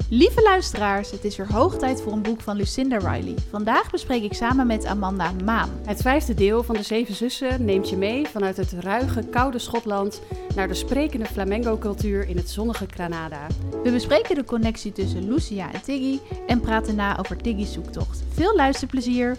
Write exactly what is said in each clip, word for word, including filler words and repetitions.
Lieve luisteraars, het is weer hoog tijd voor een boek van Lucinda Riley. Vandaag bespreek ik samen met Amanda Maan. Het vijfde deel van de Zeven Zussen neemt je mee vanuit het ruige, koude Schotland naar de sprekende flamenco-cultuur in het zonnige Granada. We bespreken de connectie tussen Lucia en Tiggy en praten na over Tiggy's zoektocht. Veel luisterplezier!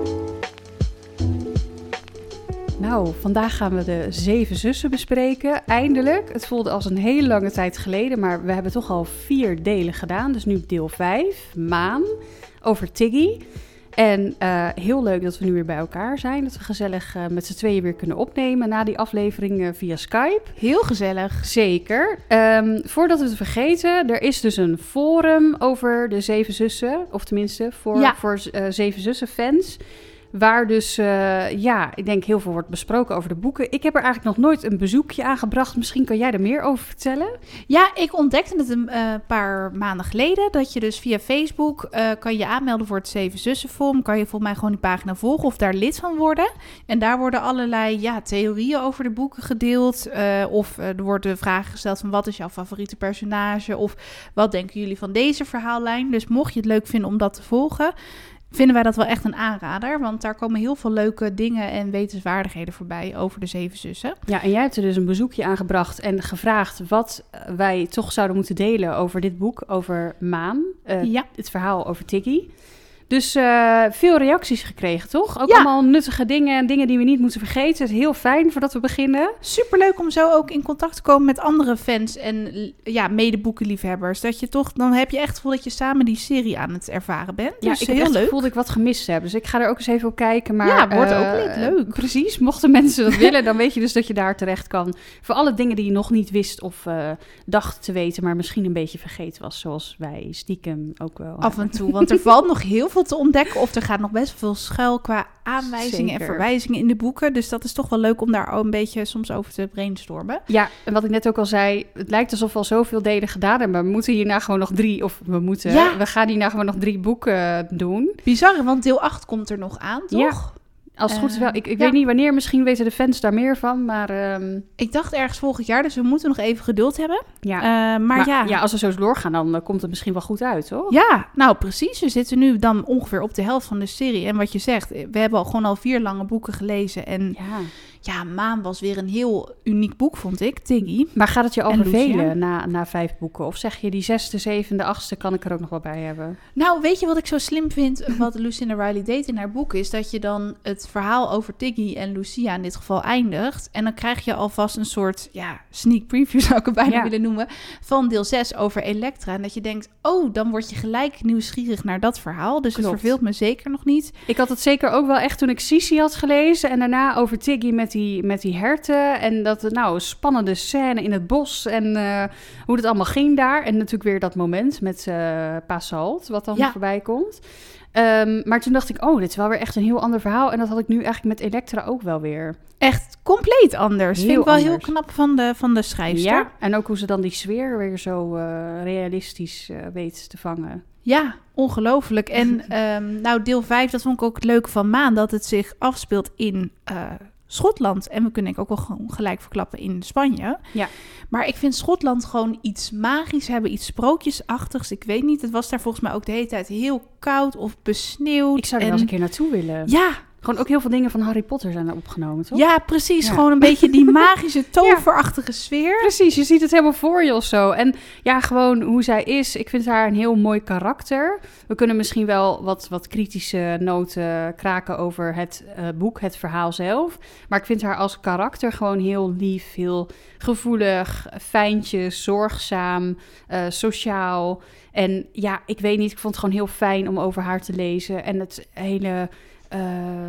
Nou, vandaag gaan we de Zeven Zussen bespreken. Eindelijk. Het voelde als een hele lange tijd geleden, maar we hebben toch al vier delen gedaan. Dus nu deel vijf, Maan, over Tiggy. En uh, heel leuk dat we nu weer bij elkaar zijn. Dat we gezellig uh, met z'n tweeën weer kunnen opnemen na die aflevering uh, via Skype. Heel gezellig. Zeker. Um, voordat we het vergeten, er is dus een forum over de Zeven Zussen. Of tenminste, voor, ja. voor uh, Zeven Zussen fans. Waar dus, uh, ja, ik denk heel veel wordt besproken over de boeken. Ik heb er eigenlijk nog nooit een bezoekje aan gebracht. Misschien kan jij er meer over vertellen? Ja, ik ontdekte het een uh, paar maanden geleden. Dat je dus via Facebook uh, kan je aanmelden voor het Zeven Zussen Forum. Kan je volgens mij gewoon die pagina volgen of daar lid van worden. En daar worden allerlei ja, theorieën over de boeken gedeeld. Uh, of uh, er worden vragen gesteld van wat is jouw favoriete personage? Of wat denken jullie van deze verhaallijn? Dus mocht je het leuk vinden om dat te volgen, vinden wij dat wel echt een aanrader. Want daar komen heel veel leuke dingen en wetenswaardigheden voorbij over de Zeven Zussen. Ja, en jij hebt er dus een bezoekje aan gebracht en gevraagd wat wij toch zouden moeten delen over dit boek, over Maan. Uh, ja. Het verhaal over Tiggy. Dus uh, veel reacties gekregen, toch? Ook ja. allemaal nuttige dingen en dingen die we niet moeten vergeten. Het is heel fijn voordat we beginnen. Superleuk om zo ook in contact te komen met andere fans en ja, medeboekenliefhebbers. Dat je toch, dan heb je echt het gevoel dat je samen die serie aan het ervaren bent. Ja, dus ik heel heb echt leuk. het gevoel dat ik wat gemist heb. Dus ik ga er ook eens even op kijken. Maar, ja, wordt uh, ook lid. Leuk. Precies, mochten mensen dat willen, dan weet je dus dat je daar terecht kan. Voor alle dingen die je nog niet wist of uh, dacht te weten, maar misschien een beetje vergeten was. Zoals wij stiekem ook wel. Af en toe, want er valt nog heel veel te ontdekken. Of er gaat nog best veel schuil qua aanwijzingen Zeker. en verwijzingen in de boeken. Dus dat is toch wel leuk om daar ook een beetje soms over te brainstormen. Ja, en wat ik net ook al zei, het lijkt alsof we al zoveel delen gedaan hebben. Maar we moeten hierna gewoon nog drie, of we moeten, ja. we gaan hierna gewoon nog drie boeken doen. Bizar, want deel acht komt er nog aan, toch? Ja. Als het goed is wel. Ik, ik ja. weet niet wanneer, misschien weten de fans daar meer van, maar Um... Ik dacht ergens volgend jaar, dus we moeten nog even geduld hebben. Ja, uh, maar, maar ja. ja, als we zo doorgaan, dan uh, komt het misschien wel goed uit, toch? Ja, nou precies. We zitten nu dan ongeveer op de helft van de serie. En wat je zegt, we hebben al gewoon al vier lange boeken gelezen. En ja, ja Maan was weer een heel uniek boek, vond ik, Tiggy. Maar gaat het je al En vervelen Lucia? na, na vijf boeken? Of zeg je die zesde, zevende, achtste kan ik er ook nog wel bij hebben? Nou, weet je wat ik zo slim vind, wat Lucinda Riley deed in haar boek, is dat je dan het verhaal over Tiggy en Lucia in dit geval eindigt. En dan krijg je alvast een soort ja, sneak preview, zou ik het bijna ja. willen noemen, van deel zes over Elektra. En dat je denkt, oh, dan word je gelijk nieuwsgierig naar dat verhaal. Dus Klopt. Het verveelt me zeker nog niet. Ik had het zeker ook wel echt toen ik Sissi had gelezen. En daarna over Tiggy met die, met die herten. En dat, nou, een spannende scène in het bos. En uh, hoe het allemaal ging daar. En natuurlijk weer dat moment met uh, Pa Salt, wat dan ja. voorbij komt. Um, maar toen dacht ik, oh, dit is wel weer echt een heel ander verhaal. En dat had ik nu eigenlijk met Elektra ook wel weer. Echt compleet anders. Heel Vind ik wel anders. heel knap van de, van de schrijfster. Ja, en ook hoe ze dan die sfeer weer zo uh, realistisch uh, weet te vangen. Ja, ongelooflijk. En um, nou, deel vijf, dat vond ik ook het leuke van Maan, dat het zich afspeelt in uh, Schotland. En we kunnen denk ik ook wel gewoon gelijk verklappen in Spanje. Ja. Maar ik vind Schotland gewoon iets magisch hebben, iets sprookjesachtigs. Ik weet niet, het was daar volgens mij ook de hele tijd heel koud of besneeuwd. Ik zou er en... wel eens een keer naartoe willen. Ja. Gewoon ook heel veel dingen van Harry Potter zijn er opgenomen, toch? Ja, precies. Ja. Gewoon een beetje die magische, toverachtige sfeer. Precies, je ziet het helemaal voor je of zo. En ja, gewoon hoe zij is. Ik vind haar een heel mooi karakter. We kunnen misschien wel wat, wat kritische noten kraken over het uh, boek, het verhaal zelf. Maar ik vind haar als karakter gewoon heel lief, heel gevoelig, fijntjes, zorgzaam, uh, sociaal. En ja, ik weet niet, ik vond het gewoon heel fijn om over haar te lezen. En het hele Uh,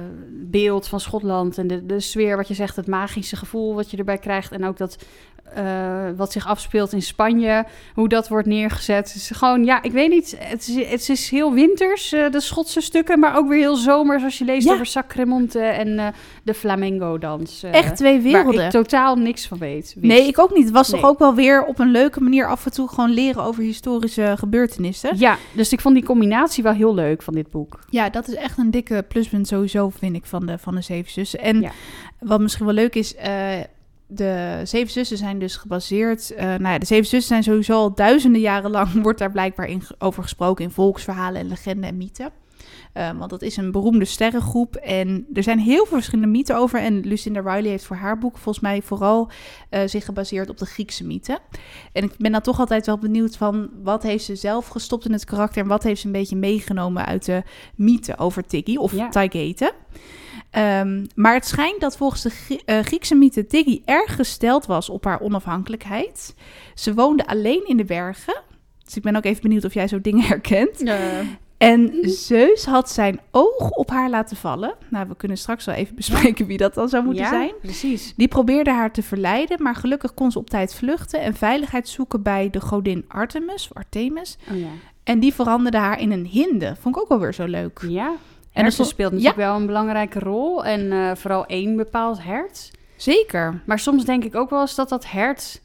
beeld van Schotland en de, de sfeer, wat je zegt, het magische gevoel wat je erbij krijgt. En ook dat uh, wat zich afspeelt in Spanje, hoe dat wordt neergezet. Het is gewoon, ja, ik weet niet, het is, het is heel winters, uh, de Schotse stukken, maar ook weer heel zomers als je leest ja. over Sacremonte en uh, de flamenco-dans. Uh, Echt twee werelden. Waar ik totaal niks van weet. Wist. Nee, ik ook niet. Het was nee. toch ook wel weer op een leuke manier af en toe gewoon leren over historische gebeurtenissen. Ja, dus ik vond die combinatie wel heel leuk van dit boek. Ja, dat is echt een dikke pluspunt sowieso, vind ik, van de, van de Zeven Zussen. En ja. wat misschien wel leuk is, uh, de Zeven Zussen zijn dus gebaseerd... Uh, nou ja, de Zeven Zussen zijn sowieso al duizenden jaren lang... wordt daar blijkbaar in, over gesproken in volksverhalen en legenden en mythen. Uh, want dat is een beroemde sterrengroep. En er zijn heel veel verschillende mythen over. En Lucinda Riley heeft voor haar boek volgens mij vooral uh, zich gebaseerd op de Griekse mythen. En ik ben dan toch altijd wel benieuwd van... wat heeft ze zelf gestopt in het karakter... en wat heeft ze een beetje meegenomen uit de mythe over Tiggy of ja. Taygete. Um, maar het schijnt dat volgens de Grie- uh, Griekse mythe Tiggy erg gesteld was op haar onafhankelijkheid. Ze woonde alleen in de bergen. Dus ik ben ook even benieuwd of jij zo dingen herkent. Ja. En Zeus had zijn oog op haar laten vallen. Nou, we kunnen straks wel even bespreken wie dat dan zou moeten ja, zijn. Precies. Die probeerde haar te verleiden, maar gelukkig kon ze op tijd vluchten... en veiligheid zoeken bij de godin Artemis, Artemis. Oh, ja. En die veranderde haar in een hinde. Vond ik ook wel weer zo leuk. Ja, en herten dat speelt natuurlijk ja. wel een belangrijke rol. En uh, vooral één bepaald hert. Zeker. Maar soms denk ik ook wel eens dat dat hert...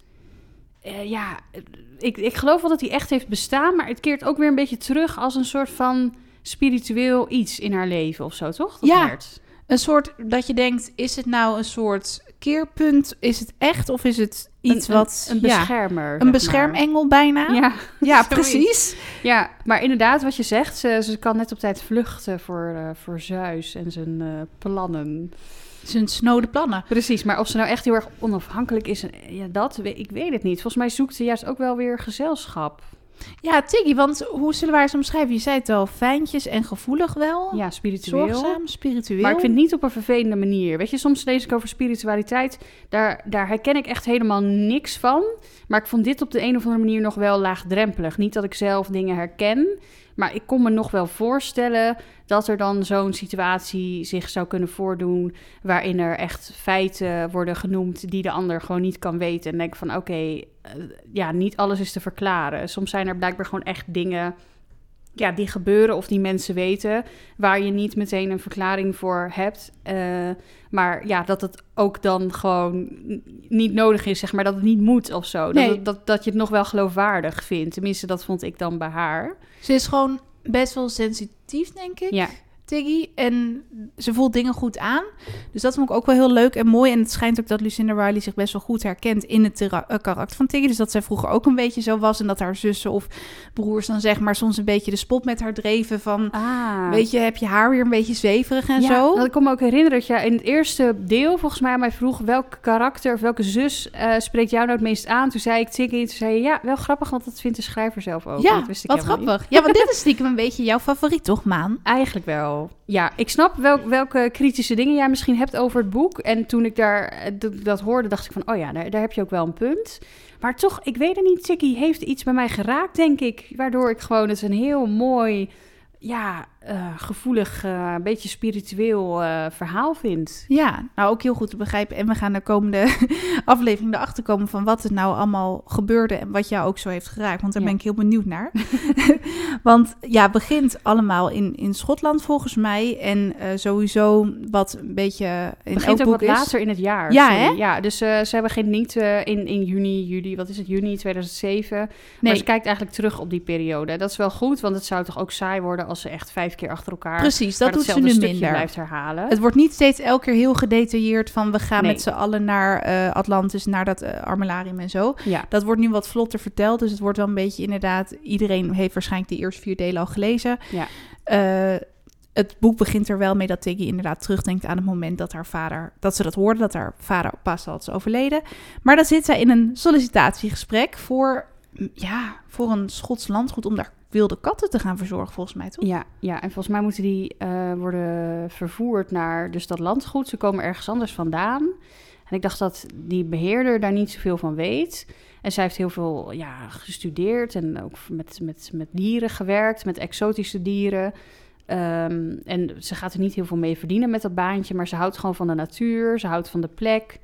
Uh, ja, ik, ik geloof wel dat hij echt heeft bestaan... maar het keert ook weer een beetje terug als een soort van spiritueel iets in haar leven of zo, toch? Dat ja, hert. Een soort dat je denkt, is het nou een soort keerpunt? Is het echt of is het iets een, wat... Een, een beschermer. Ja, een beschermengel bijna. Ja, ja precies. Ja, maar inderdaad wat je zegt, ze, ze kan net op tijd vluchten voor, uh, voor Zeus en zijn uh, plannen. Zijn snode plannen. Precies, maar of ze nou echt heel erg onafhankelijk is, ja, dat, ik weet het niet. Volgens mij zoekt ze juist ook wel weer gezelschap. Ja, Tiggy, want hoe zullen we haar zo omschrijven? Je zei het al, fijntjes en gevoelig wel. Ja, spiritueel. Zorgzaam, spiritueel. Maar ik vind het niet op een vervelende manier. Weet je, soms lees ik over spiritualiteit, daar, daar herken ik echt helemaal niks van. Maar ik vond dit op de een of andere manier nog wel laagdrempelig. Niet dat ik zelf dingen herken, maar ik kon me nog wel voorstellen dat er dan zo'n situatie zich zou kunnen voordoen waarin er echt feiten worden genoemd die de ander gewoon niet kan weten. En denk van oké, okay, uh, ja, niet alles is te verklaren. Soms zijn er blijkbaar gewoon echt dingen ja, die gebeuren of die mensen weten waar je niet meteen een verklaring voor hebt. Uh, maar ja, dat het ook dan gewoon niet nodig is, zeg maar, dat het niet moet of zo. Nee. Dat, dat, dat je het nog wel geloofwaardig vindt. Tenminste, dat vond ik dan bij haar. Ze is gewoon best wel sensitief, denk ik. Ja. Tiggy. En ze voelt dingen goed aan. Dus dat vond ik ook wel heel leuk en mooi. En het schijnt ook dat Lucinda Riley zich best wel goed herkent in het tera- uh, karakter van Tiggy. Dus dat zij vroeger ook een beetje zo was. En dat haar zussen of broers dan zeg maar soms een beetje de spot met haar dreven. Van, ah. weet je, heb je haar weer een beetje zweverig en ja, zo. Dat ik me ook herinneren dat je in het eerste deel volgens mij aan mij vroeg welk karakter of welke zus uh, spreekt jou nou het meest aan. Toen zei ik Tiggy. Toen zei je ja, wel grappig, want dat vindt de schrijver zelf ook. Ja, dat wist ik wat grappig. Niet. Ja, want dit is stiekem een beetje jouw favoriet, toch, Maan? Eigenlijk wel. Ja, ik snap wel, welke kritische dingen jij misschien hebt over het boek. En toen ik daar d- dat hoorde, dacht ik van, oh ja, daar, daar heb je ook wel een punt. Maar toch, ik weet het niet, Tiggy heeft iets bij mij geraakt, denk ik. Waardoor ik gewoon het een heel mooi, ja, uh, gevoelig, een uh, beetje spiritueel uh, verhaal vind. Ja, nou ook heel goed te begrijpen. En we gaan de komende aflevering erachter komen van wat er nou allemaal gebeurde en wat jou ook zo heeft geraakt. Want daar ja. ben ik heel benieuwd naar. Want ja, het begint allemaal in, in Schotland volgens mij. En uh, sowieso wat een beetje in begint elk ook boek wat is. later in het jaar. Ja, sorry. hè? Ja, dus uh, ze begint niet uh, in, in juni, juli, wat is het, juni tweeduizend zeven. Nee. Maar ze kijkt eigenlijk terug op die periode. Dat is wel goed, want het zou toch ook saai worden als ze echt vijf keer achter elkaar... Precies, dat doet ze nu minder. Blijft herhalen. Het wordt niet steeds elke keer heel gedetailleerd van we gaan nee. met z'n allen naar uh, Atlantis, naar dat uh, armilarium en zo. Ja. Dat wordt nu wat vlotter verteld, dus het wordt wel een beetje inderdaad... Iedereen heeft waarschijnlijk de eerste vier delen al gelezen. Ja. Uh, het boek begint er wel mee dat Tiggy inderdaad terugdenkt aan het moment dat haar vader... dat ze dat hoorde, dat haar vader pas al is overleden. Maar dan zit zij in een sollicitatiegesprek voor, ja, voor een Schots landgoed om daar wilde katten te gaan verzorgen, volgens mij, toch? Ja, ja, en volgens mij moeten die uh, worden vervoerd naar dus dat landgoed. Ze komen ergens anders vandaan. En ik dacht dat die beheerder daar niet zoveel van weet. En zij heeft heel veel ja, gestudeerd en ook met, met, met dieren gewerkt, met exotische dieren. Um, en ze gaat er niet heel veel mee verdienen met dat baantje, maar ze houdt gewoon van de natuur, ze houdt van de plek.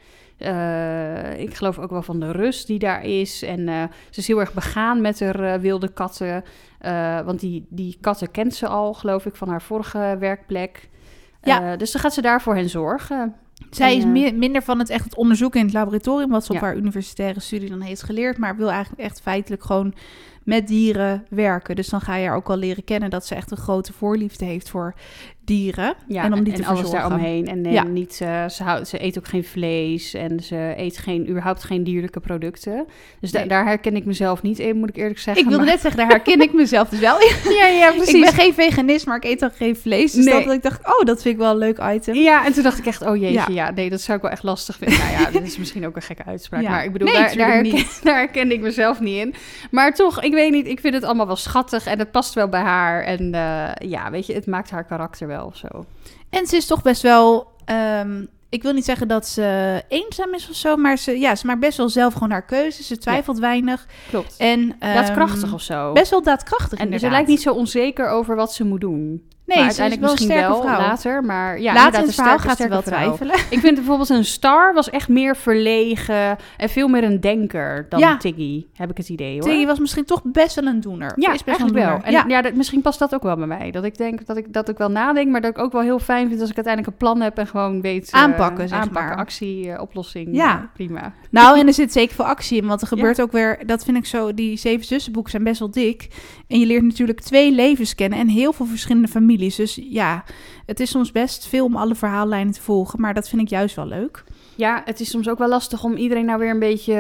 Uh, ik geloof ook wel van de rust die daar is. En uh, ze is heel erg begaan met haar uh, wilde katten. Uh, want die, die katten kent ze al, geloof ik, van haar vorige werkplek. Ja. Uh, dus dan gaat ze daar voor hen zorgen. Zij en, is meer, minder van het echt het onderzoeken in het laboratorium, wat ze ja. op haar universitaire studie dan heeft geleerd, maar wil eigenlijk echt feitelijk gewoon met dieren werken. Dus dan ga je haar ook al leren kennen dat ze echt een grote voorliefde heeft voor dieren. Ja, en om die en te alles verzorgen. daaromheen. En, en Ja. niet, uh, ze, houdt, ze eet ook geen vlees en ze eet geen, überhaupt geen dierlijke producten. Dus da- Nee. daar herken ik mezelf niet in, moet ik eerlijk zeggen. Ik wilde maar... net zeggen, daar herken ik mezelf dus wel in. Ja, ja, precies. Ik ben geen veganist, maar ik eet ook geen vlees. Dus Nee. dat ik dacht, oh, dat vind ik wel een leuk item. Ja, en toen dacht ik echt, oh jeetje, ja, Ja. nee, dat zou ik wel echt lastig vinden. Nou ja, dit is misschien ook een gekke uitspraak, Ja. maar ik bedoel, Nee, daar, daar, tuurlijk herken, niet. daar herkende ik mezelf niet in. Maar toch, ik weet niet, ik vind het allemaal wel schattig en het past wel bij haar. En uh, ja, weet je, het maakt haar karakter wel of zo. En ze is toch best wel... Um, ik wil niet zeggen dat ze eenzaam is of zo, maar ze, ja, ze maakt best wel zelf gewoon haar keuzes. Ze twijfelt ja. weinig. Klopt. En, um, daadkrachtig of zo. Best wel daadkrachtig, En inderdaad. ze lijkt niet zo onzeker over wat ze moet doen. Nee, maar ze uiteindelijk is wel misschien een wel vrouw. later. Maar ja, later in het een verhaal sterke, gaat ze wel sterke vrouw. twijfelen. Ik vind bijvoorbeeld een Star was echt meer verlegen en veel meer een denker dan ja. Tiggy, heb ik het idee hoor. Tiggy was misschien toch best wel een doener. Ja, is best eigenlijk wel. wel. En ja, ja dat, misschien past dat ook wel bij mij. Dat ik denk dat ik, dat ik wel nadenk, maar dat ik ook wel heel fijn vind als ik uiteindelijk een plan heb en gewoon weet... Aanpakken, uh, zeg aanpakken, maar. actie, uh, oplossing. Ja. Uh, prima. Nou, en er zit zeker veel actie in, want er gebeurt Ja. ook weer... Dat vind ik zo, die Zeven Zussenboeken zijn best wel dik. En je leert natuurlijk twee levens kennen en heel veel verschillende families. Dus ja, het is soms best veel om alle verhaallijnen te volgen, maar dat vind ik juist wel leuk. Ja, het is soms ook wel lastig om iedereen nou weer een beetje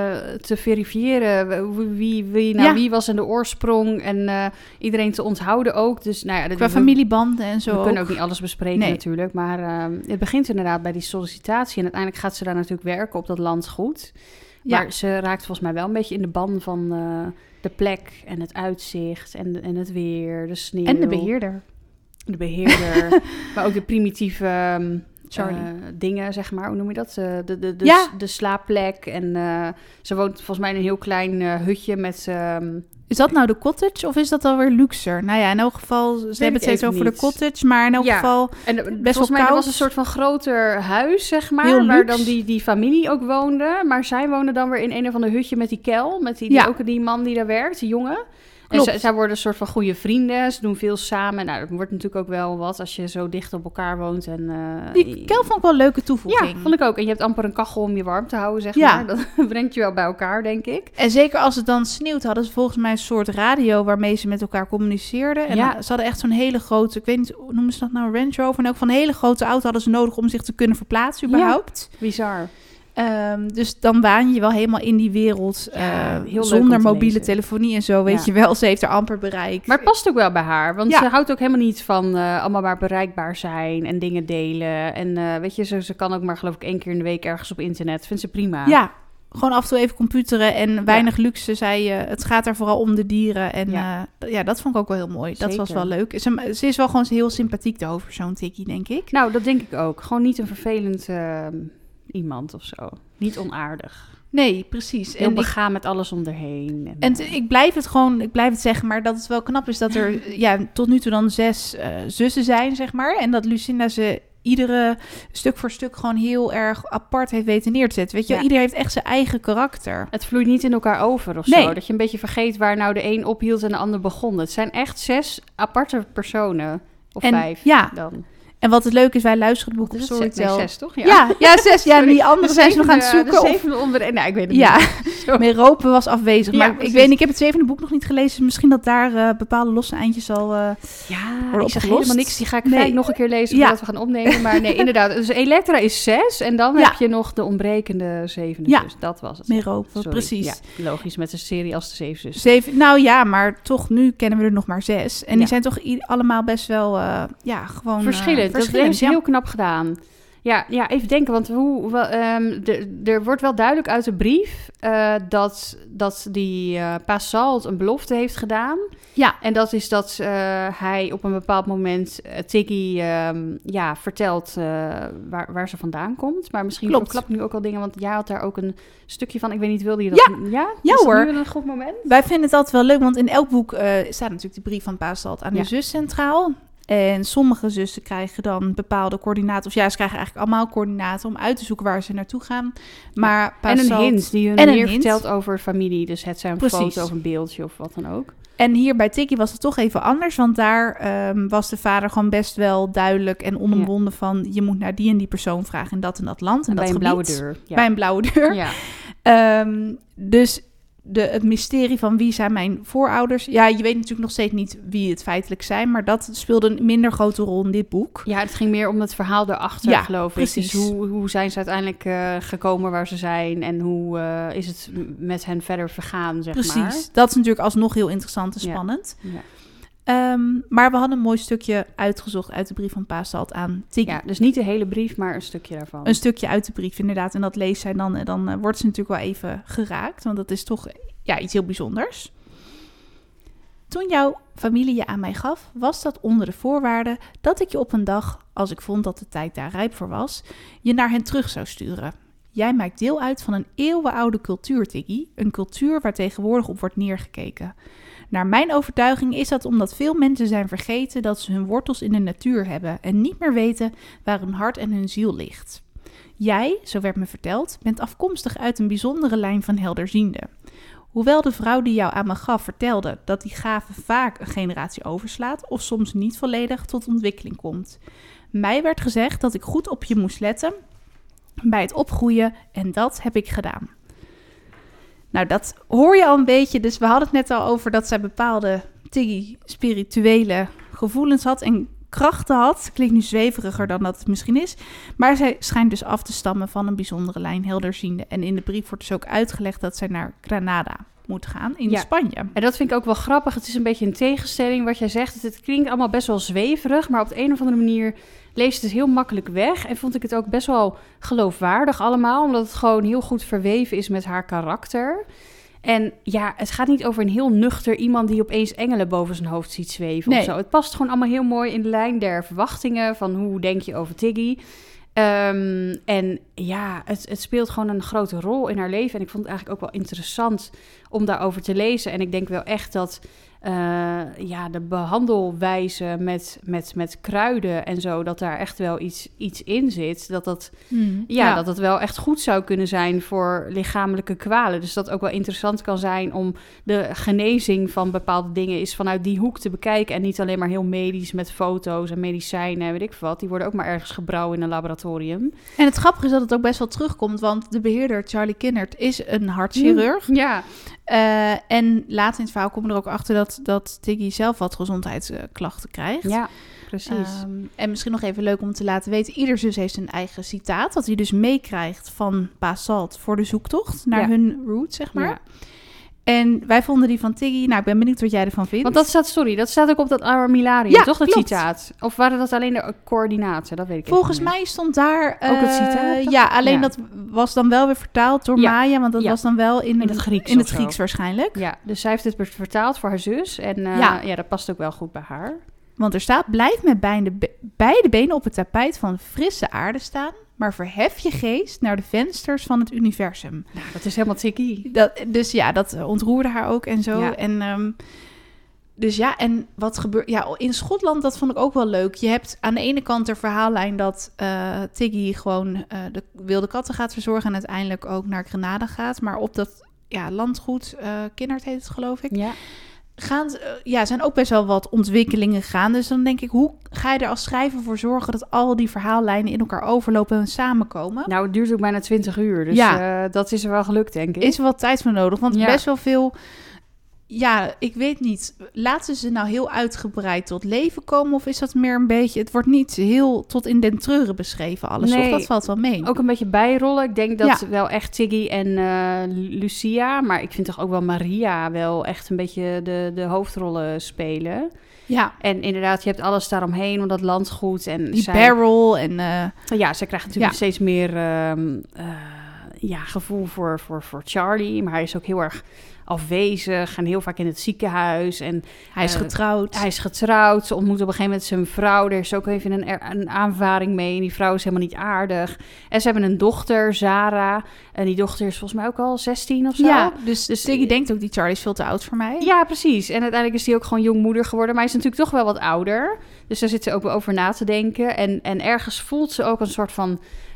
te verifiëren. Wie, wie, wie nou Ja. wie was en de oorsprong. En uh, iedereen te onthouden ook. Dus, nou ja, dat, Qua we, familiebanden en zo We ook. kunnen ook niet alles bespreken Nee. natuurlijk. Maar uh, het begint inderdaad bij die sollicitatie. En uiteindelijk gaat ze daar natuurlijk werken op dat landgoed. Maar Ja. ze raakt volgens mij wel een beetje in de ban van uh, de plek en het uitzicht en, en het weer, de sneeuw. En de beheerder. De beheerder, maar ook de primitieve... Um, Charlie. Uh, dingen, zeg maar. Hoe noem je dat? Uh, de, de, de, Ja. de slaapplek. En uh, ze woont volgens mij in een heel klein uh, hutje met... Um, Is dat nou de cottage of is dat alweer luxer? Nou ja, in elk geval, ze hebben het steeds over niet. de cottage, maar in elk ja. geval en, best volgens wel mij koud. Er was een soort van groter huis, zeg maar, Heel waar luxe. dan die, die familie ook woonde. Maar zij woonde dan weer in een of ander hutje met die kel, met die, die Ja. ook die man die daar werkt, die jongen. Klopt. En zij, zij worden een soort van goede vrienden. Ze doen veel samen. Nou, dat wordt natuurlijk ook wel wat als je zo dicht op elkaar woont. En, uh, Die kel vond ik wel een leuke toevoeging. Ja, vond ik ook. En je hebt amper een kachel om je warm te houden, zeg Ja. maar. Dat brengt je wel bij elkaar, denk ik. En zeker als het dan sneeuwt, hadden ze volgens mij een soort radio waarmee ze met elkaar communiceerden. En Ja. ze hadden echt zo'n hele grote, ik weet niet, hoe noemen ze dat nou, Range Rover? En ook van een hele grote auto hadden ze nodig om zich te kunnen verplaatsen überhaupt. Ja, bizar. Um, dus dan waan je je wel helemaal in die wereld. Ja, uh, heel leuk om zonder te mobiele lezen. telefonie en zo, weet Ja. je wel. Ze heeft er amper bereik. Maar het past ook wel bij haar. Want Ja. ze houdt ook helemaal niet van uh, allemaal maar bereikbaar zijn en dingen delen. En uh, weet je, ze, ze kan ook maar geloof ik één keer in de week ergens op internet. Vindt ze prima. Ja, gewoon af en toe even computeren en weinig ja. luxe, zei je. Het gaat er vooral om de dieren. En ja, uh, ja dat vond ik ook wel heel mooi. Zeker. Dat was wel leuk. Ze, ze is wel gewoon heel sympathiek, de hoofdpersoon Tiggy, denk ik. Nou, dat denk ik ook. Gewoon niet een vervelend uh, iemand of zo. Niet onaardig. Nee, precies. Heel en begaan ik, met alles om erheen. En, en t- ik blijf het gewoon, ik blijf het zeggen, maar dat het wel knap is dat er ja, tot nu toe dan zes uh, zussen zijn, zeg maar. En dat Lucinda ze iedere stuk voor stuk gewoon heel erg apart heeft weten neer te zetten. Weet je, ja. Ieder heeft echt zijn eigen karakter. Het vloeit niet in elkaar over of nee. zo. Dat je een beetje vergeet waar nou de een ophield en de ander begon. Het zijn echt zes aparte personen. Of en, vijf ja. dan. En wat het leuke is, wij luisteren het boek op Storytel. Nee, zes, toch? Ja, ja, ja zes. Ja, die andere zijn ze nog aan het zoeken. De zevende of... onder... Nee, ik weet het ja. niet. Merope was afwezig. Ja, maar precies. ik weet niet, ik heb het zevende boek nog niet gelezen. Misschien dat daar uh, bepaalde losse eindjes al uh, Ja, ik zeg helemaal niks. Die ga ik nee. nog een keer lezen ja. voordat we gaan opnemen. Maar nee, inderdaad. Dus Elektra is zes. En dan ja. heb je nog de ontbrekende zevende ja. zus. Dat was het. Merope, Sorry. precies. Ja, logisch, met een serie als de zeven zussen. Zeven, nou ja, maar toch, nu kennen we er nog maar zes. En die ja. zijn toch i- allemaal best wel, uh, ja, gewoon... Verschillend. Uh, dat verschillend, heeft ze ja. heel knap gedaan. Ja, ja, even denken, want hoe, wel, um, de, er wordt wel duidelijk uit de brief uh, dat, dat die uh, Pa Salt een belofte heeft gedaan. Ja. En dat is dat uh, hij op een bepaald moment uh, Tiggy um, ja, vertelt uh, waar, waar ze vandaan komt. Maar misschien verklap ik nu ook al dingen, want jij had daar ook een stukje van. Ik weet niet, wilde je dat? Ja, ja? ja is hoor. Nu een goed moment? Wij vinden het altijd wel leuk, want in elk boek uh, staat natuurlijk de brief van Pa Salt aan ja. de zus centraal. En sommige zussen krijgen dan bepaalde coördinaten. Of ja, ze krijgen eigenlijk allemaal coördinaten om uit te zoeken waar ze naartoe gaan. Maar ja. En een Salt... hint die hun en meer hint. vertelt over familie. Dus het zijn een Precies. foto of een beeldje of wat dan ook. En hier bij Tiggy was het toch even anders. Want daar um, was de vader gewoon best wel duidelijk en onomwonden ja. van... je moet naar die en die persoon vragen in dat en dat land. En, en dat bij een gebied. blauwe deur. Ja. Bij een blauwe deur. Ja. Um, dus... de, het mysterie van wie zijn mijn voorouders. Ja, je weet natuurlijk nog steeds niet wie het feitelijk zijn, maar dat speelde een minder grote rol in dit boek. Ja, het ging meer om het verhaal erachter, ja, geloof ik. Precies. Dus hoe, hoe zijn ze uiteindelijk uh, gekomen waar ze zijn en hoe uh, is het met hen verder vergaan, zeg precies. maar. Precies, dat is natuurlijk alsnog heel interessant en spannend. Ja. Ja. Um, maar we hadden een mooi stukje uitgezocht uit de brief van Pa Salt aan Tiggy. Ja, dus niet de hele brief, maar een stukje daarvan. Een stukje uit de brief, inderdaad. En dat leest zij dan. En dan uh, wordt ze natuurlijk wel even geraakt. Want dat is toch ja, iets heel bijzonders. Toen jouw familie je aan mij gaf, was dat onder de voorwaarde dat ik je op een dag, als ik vond dat de tijd daar rijp voor was, je naar hen terug zou sturen. Jij maakt deel uit van een eeuwenoude cultuur, Tiggy. Een cultuur waar tegenwoordig op wordt neergekeken. Naar mijn overtuiging is dat omdat veel mensen zijn vergeten dat ze hun wortels in de natuur hebben en niet meer weten waar hun hart en hun ziel ligt. Jij, zo werd me verteld, bent afkomstig uit een bijzondere lijn van helderzienden. Hoewel de vrouw die jou aan me gaf vertelde dat die gave vaak een generatie overslaat of soms niet volledig tot ontwikkeling komt. Mij werd gezegd dat ik goed op je moest letten bij het opgroeien en dat heb ik gedaan. Nou, dat hoor je al een beetje. Dus we hadden het net al over dat zij bepaalde Tiggy spirituele gevoelens had en krachten had. Klinkt nu zweveriger dan dat het misschien is. Maar zij schijnt dus af te stammen van een bijzondere lijn helderziende. En in de brief wordt dus ook uitgelegd dat zij naar Granada moet gaan in ja. Spanje. En dat vind ik ook wel grappig. Het is een beetje een tegenstelling wat jij zegt. Het klinkt allemaal best wel zweverig, maar op de een of andere manier leest het heel makkelijk weg. En vond ik het ook best wel geloofwaardig allemaal, omdat het gewoon heel goed verweven is met haar karakter. En ja, het gaat niet over een heel nuchter iemand die opeens engelen boven zijn hoofd ziet zweven nee. of zo. Het past gewoon allemaal heel mooi in de lijn der verwachtingen van hoe denk je over Tiggy. Um, en ja, het, het speelt gewoon een grote rol in haar leven. En ik vond het eigenlijk ook wel interessant om daarover te lezen. En ik denk wel echt dat uh, ja, de behandelwijze met, met, met kruiden en zo, dat daar echt wel iets, iets in zit. Dat dat, mm, ja, ja. dat dat wel echt goed zou kunnen zijn voor lichamelijke kwalen. Dus dat ook wel interessant kan zijn om de genezing van bepaalde dingen is vanuit die hoek te bekijken. En niet alleen maar heel medisch met foto's en medicijnen en weet ik wat. Die worden ook maar ergens gebrouwen in een laboratorium. En het grappige is dat het ook best wel terugkomt, want de beheerder Charlie Kinnert is een hartchirurg. Mm, ja. Uh, en later in het verhaal komen we er ook achter dat, dat Tiggy zelf wat gezondheidsklachten krijgt. Ja, precies. Um, en misschien nog even leuk om te laten weten, ieder zus heeft een eigen citaat, dat hij dus meekrijgt van Pa Salt voor de zoektocht naar ja. hun route, zeg maar. Ja. En wij vonden die van Tiggy, nou, ik ben benieuwd wat jij ervan vindt. Want dat staat, sorry, dat staat ook op dat armillarium, ja, toch, dat klopt. Citaat? Of waren dat alleen de coördinaten? Dat weet ik Volgens niet mij stond daar Uh, ook het citaat? Uh, ja, alleen ja. dat was dan wel weer vertaald door ja. Maya, want dat ja. was dan wel in, in het Grieks, in het Grieks waarschijnlijk. Ja, dus zij heeft het vertaald voor haar zus. En uh, ja. ja, dat past ook wel goed bij haar. Want er staat, blijf met beide, be- beide benen op het tapijt van frisse aarde staan, maar verhef je geest naar de vensters van het universum. Nou, dat is helemaal Tiggy. Dat, dus ja, dat ontroerde haar ook en zo. Ja. En um, dus ja, en wat gebeurt... Ja, in Schotland, dat vond ik ook wel leuk. Je hebt aan de ene kant de verhaallijn dat uh, Tiggy gewoon uh, de wilde katten gaat verzorgen en uiteindelijk ook naar Granada gaat. Maar op dat ja, landgoed, uh, Kinnert heet het geloof ik, ja. gaan, uh, ja, zijn ook best wel wat ontwikkelingen gegaan. Dus dan denk ik, hoe ga je er als schrijver voor zorgen dat al die verhaallijnen in elkaar overlopen en samenkomen? Nou, het duurt ook bijna twintig uur, dus ja. uh, dat is er wel gelukt, denk ik. Is er wel tijd voor nodig, want ja. best wel veel... Ja, ik weet niet. Laten ze nou heel uitgebreid tot leven komen? Of is dat meer een beetje... Het wordt niet heel tot in den treuren beschreven alles. Nee, of dat valt wel mee. Ook een beetje bijrollen. Ik denk dat ja. wel echt Tiggy en uh, Lucia... maar ik vind toch ook wel Maria wel echt een beetje de, de hoofdrollen spelen. Ja. En inderdaad, je hebt alles daaromheen, want dat landgoed. En die zij, barrel en... Uh, ja, zij krijgt natuurlijk ja. steeds meer uh, uh, ja, gevoel voor, voor, voor Charlie. Maar hij is ook heel erg... afwezig en heel vaak in het ziekenhuis. En, hij is uh, getrouwd. Hij is getrouwd. Ze ontmoet op een gegeven moment zijn vrouw. Er is ook even een, een aanvaring mee. En die vrouw is helemaal niet aardig. En ze hebben een dochter, Zara. En die dochter is volgens mij ook al zestien of zo. Ja, dus, dus Tiggy denkt ook, die Charlie is veel te oud voor mij. Ja, precies. En uiteindelijk is hij ook gewoon jongmoeder geworden. Maar hij is natuurlijk toch wel wat ouder. Dus daar zit ze ook wel over na te denken. En, en ergens voelt ze ook een soort van...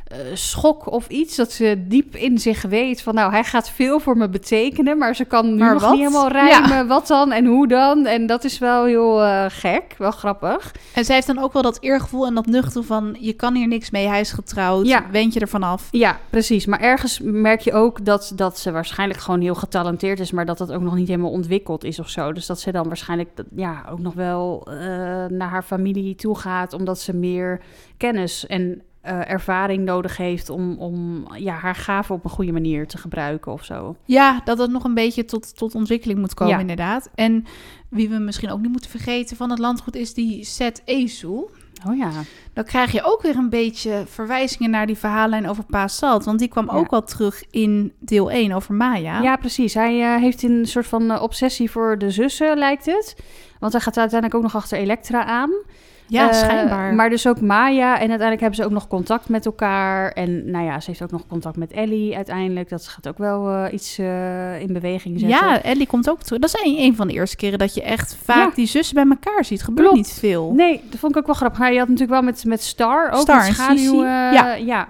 uh, schok of iets. Dat ze diep in zich weet van, nou, hij gaat veel voor me betekenen, maar ze kan nu maar nog wat? niet helemaal rijmen. Ja. Wat dan en hoe dan? En dat is wel heel uh, gek, wel grappig. En zij heeft dan ook wel dat eergevoel en dat nuchter van, je kan hier niks mee, hij is getrouwd, Ja. wend je ervan af. Ja, precies. Maar ergens merk je ook dat, dat ze waarschijnlijk gewoon heel getalenteerd is, maar dat dat ook nog niet helemaal ontwikkeld is of zo. Dus dat ze dan waarschijnlijk ja, ook nog wel uh, naar haar familie toe gaat, omdat ze meer kennis en uh, ervaring nodig heeft om, om ja, haar gaven op een goede manier te gebruiken of zo. Ja, dat het nog een beetje tot, tot ontwikkeling moet komen, Ja. inderdaad. En wie we misschien ook niet moeten vergeten van het landgoed is die Seth Ezel. Oh ja. Dan krijg je ook weer een beetje verwijzingen naar die verhaallijn over Pa Salt. Want die kwam Ja. ook al terug in deel één over Maya. Ja, precies. Hij uh, heeft een soort van uh, obsessie voor de zussen, lijkt het. Want hij gaat uiteindelijk ook nog achter Elektra aan. Ja, Uh, schijnbaar. Maar dus ook Maya. En uiteindelijk hebben ze ook nog contact met elkaar. En nou ja, ze heeft ook nog contact met Ellie uiteindelijk. Dat gaat ook wel uh, iets uh, in beweging zetten. Ja, Ellie komt ook terug. Dat is een, een van de eerste keren dat je echt vaak Ja. die zussen bij elkaar ziet. Gebeurt Klopt. niet veel. Nee, dat vond ik ook wel grappig. Maar je had natuurlijk wel met, met Star ook Star met en schaduw. Sissy. Uh, Ja. ja.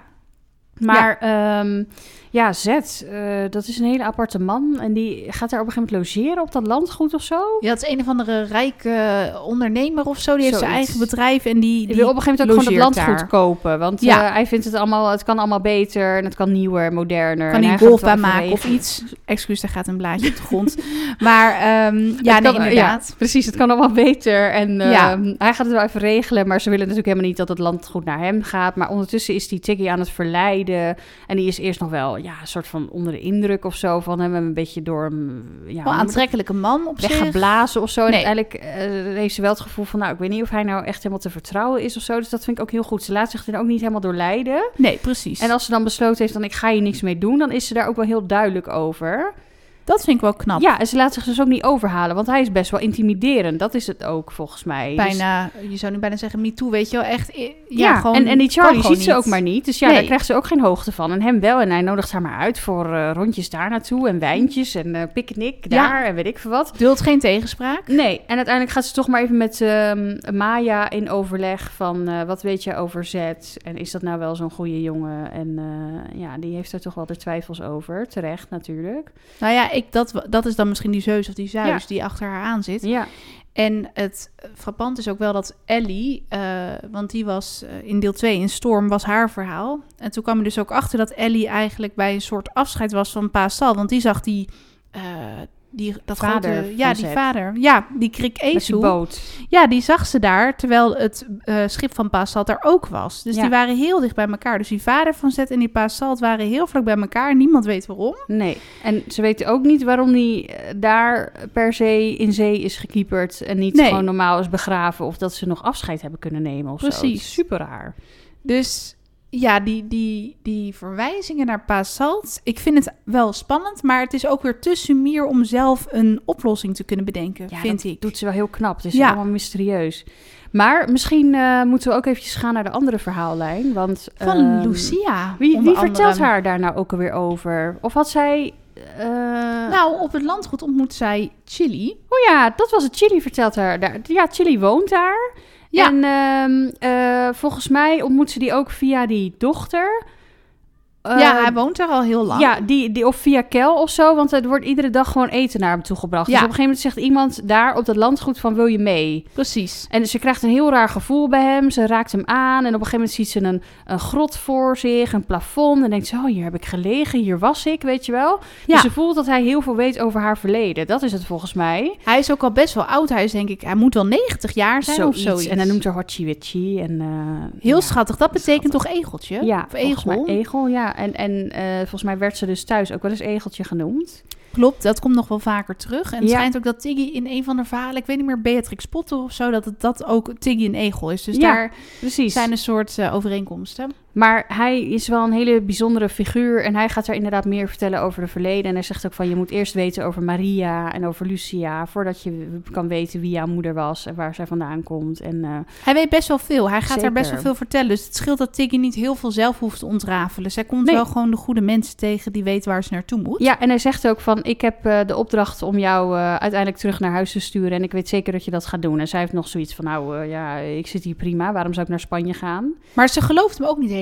Maar ja, um, ja Zet, uh, dat is een hele aparte man. En die gaat daar op een gegeven moment logeren op dat landgoed of zo. Ja, het is een of andere rijke ondernemer of zo. Die heeft zijn Zoiets. eigen bedrijf en die, Die die wil op een gegeven moment ook gewoon het logeert landgoed daar. kopen. Want Ja. uh, hij vindt het allemaal, het kan allemaal beter en het kan nieuwer, moderner. Kan en hij hij een gaat het wel golfbaan even maken of regelen. iets. Excuus, daar gaat een blaadje op de grond. Maar um, ja, Het nee, kan- inderdaad. ja, precies, het kan allemaal beter. En uh, Ja. hij gaat het wel even regelen, maar ze willen natuurlijk helemaal niet dat het landgoed naar hem gaat. Maar ondertussen is die Tiggy aan het verleiden. En die is eerst nog wel ja, een soort van onder de indruk of zo van hem. Een beetje door hem ja, Wel aantrekkelijke man op zich. weggeblazen of zo. En Nee. uiteindelijk uh, heeft ze wel het gevoel van, nou, ik weet niet of hij nou echt helemaal te vertrouwen is of zo. Dus dat vind ik ook heel goed. Ze laat zich er ook niet helemaal door leiden. Nee, precies. En als ze dan besloten heeft, dan ik ga hier niks mee doen, dan is ze daar ook wel heel duidelijk over. Dat vind ik wel knap. Ja, en ze laat zich dus ook niet overhalen, want hij is best wel intimiderend. Dat is het ook, volgens mij. Dus- Bijna, je zou nu bijna zeggen, me too, weet je wel. Echt, ja, ja, gewoon, en, en die kan Charlie gewoon ziet ze niet. ook maar niet. Dus ja, Nee. daar krijgt ze ook geen hoogte van. En hem wel. En hij nodigt haar maar uit voor uh, rondjes daar naartoe. En wijntjes en uh, picknick daar Ja. en weet ik veel wat. Duldt geen tegenspraak. Nee, en uiteindelijk gaat ze toch maar even met um, Maya in overleg van uh, wat weet je over Zet? En is dat nou wel zo'n goede jongen? En uh, ja, die heeft er toch wel de twijfels over. Terecht natuurlijk. Nou ja, ik, dat, dat is dan misschien die zeus of die zuis Ja. die achter haar aan zit. Ja, En het frappant is ook wel dat Ellie, uh, want die was uh, in deel twee in Storm, was haar verhaal. En toen kwam er dus ook achter dat Ellie eigenlijk bij een soort afscheid was van Pa Sal. Want die zag die, uh, die dat Vader grote, van ja, die Zet. vader, ja, die Krik met die Ezel. boot. Ja, die zag ze daar, terwijl het uh, schip van Pa Salt daar ook was. Dus Ja. die waren heel dicht bij elkaar. Dus die vader van Zet en die Pa Salt waren heel vlak bij elkaar. Niemand weet waarom. Nee, en ze weten ook niet waarom die eh, daar per se in zee is gekieperd en niet Nee. gewoon normaal is begraven of dat ze nog afscheid hebben kunnen nemen of zo. Precies. Super raar. Dus ja, die, die, die verwijzingen naar Pa Salt, ik vind het wel spannend, maar het is ook weer te sumier om zelf een oplossing te kunnen bedenken, Ja, vind dat ik. doet ze wel heel knap. Het is Ja. allemaal mysterieus. Maar misschien uh, moeten we ook eventjes gaan naar de andere verhaallijn, want Van ehm, Lucia. Wie, onder wie vertelt andere. haar daar nou ook alweer over? Of had zij... Uh... Nou, op het landgoed ontmoet zij Chili. Oh ja, dat was het. Chili vertelt haar daar. Ja, Chili woont daar. Ja. En um, uh, volgens mij ontmoet ze die ook via die dochter. Uh, ja, hij woont daar al heel lang. Ja, die, die, of via Kel of zo, want er wordt iedere dag gewoon eten naar hem toegebracht. Ja. Dus op een gegeven moment zegt iemand daar op dat landgoed van, wil je mee? Precies. En ze krijgt een heel raar gevoel bij hem. Ze raakt hem aan en op een gegeven moment ziet ze een, een grot voor zich, een plafond. En denkt ze, oh, hier heb ik gelegen, hier was ik, weet je wel. Ja. Dus ze voelt dat hij heel veel weet over haar verleden. Dat is het volgens mij. Hij is ook al best wel oud. Hij is denk ik, hij moet wel negentig jaar zijn Zoiets. of zoiets. En hij noemt haar Hotchi Witchi. En, uh, Heel ja, schattig. Dat betekent schattig. toch egeltje? Ja, Of volgens egel? mij egel, ja. En, en uh, volgens mij werd ze dus thuis ook wel eens egeltje genoemd. Klopt, dat komt nog wel vaker terug. En het Ja. schijnt ook dat Tiggy in een van de verhalen, ik weet niet meer, Beatrix Potter of zo, dat het dat ook Tiggy een egel is. Dus Ja, daar Precies. zijn een soort uh, overeenkomsten. Maar hij is wel een hele bijzondere figuur. En hij gaat er inderdaad meer vertellen over de verleden. En hij zegt ook van, je moet eerst weten over Maria en over Lucia, voordat je kan weten wie jouw moeder was en waar zij vandaan komt. En, uh, Hij weet best wel veel. Hij gaat Zeker. daar best wel veel vertellen. Dus het scheelt dat Tiggy niet heel veel zelf hoeft te ontrafelen. Zij komt Nee. wel gewoon de goede mensen tegen die weten waar ze naartoe moet. ja, en hij zegt ook van, ik heb uh, de opdracht om jou uh, uiteindelijk terug naar huis te sturen. En ik weet zeker dat je dat gaat doen. En zij heeft nog zoiets van, nou uh, ja, ik zit hier prima. Waarom zou ik naar Spanje gaan? Maar ze gelooft hem ook niet helemaal.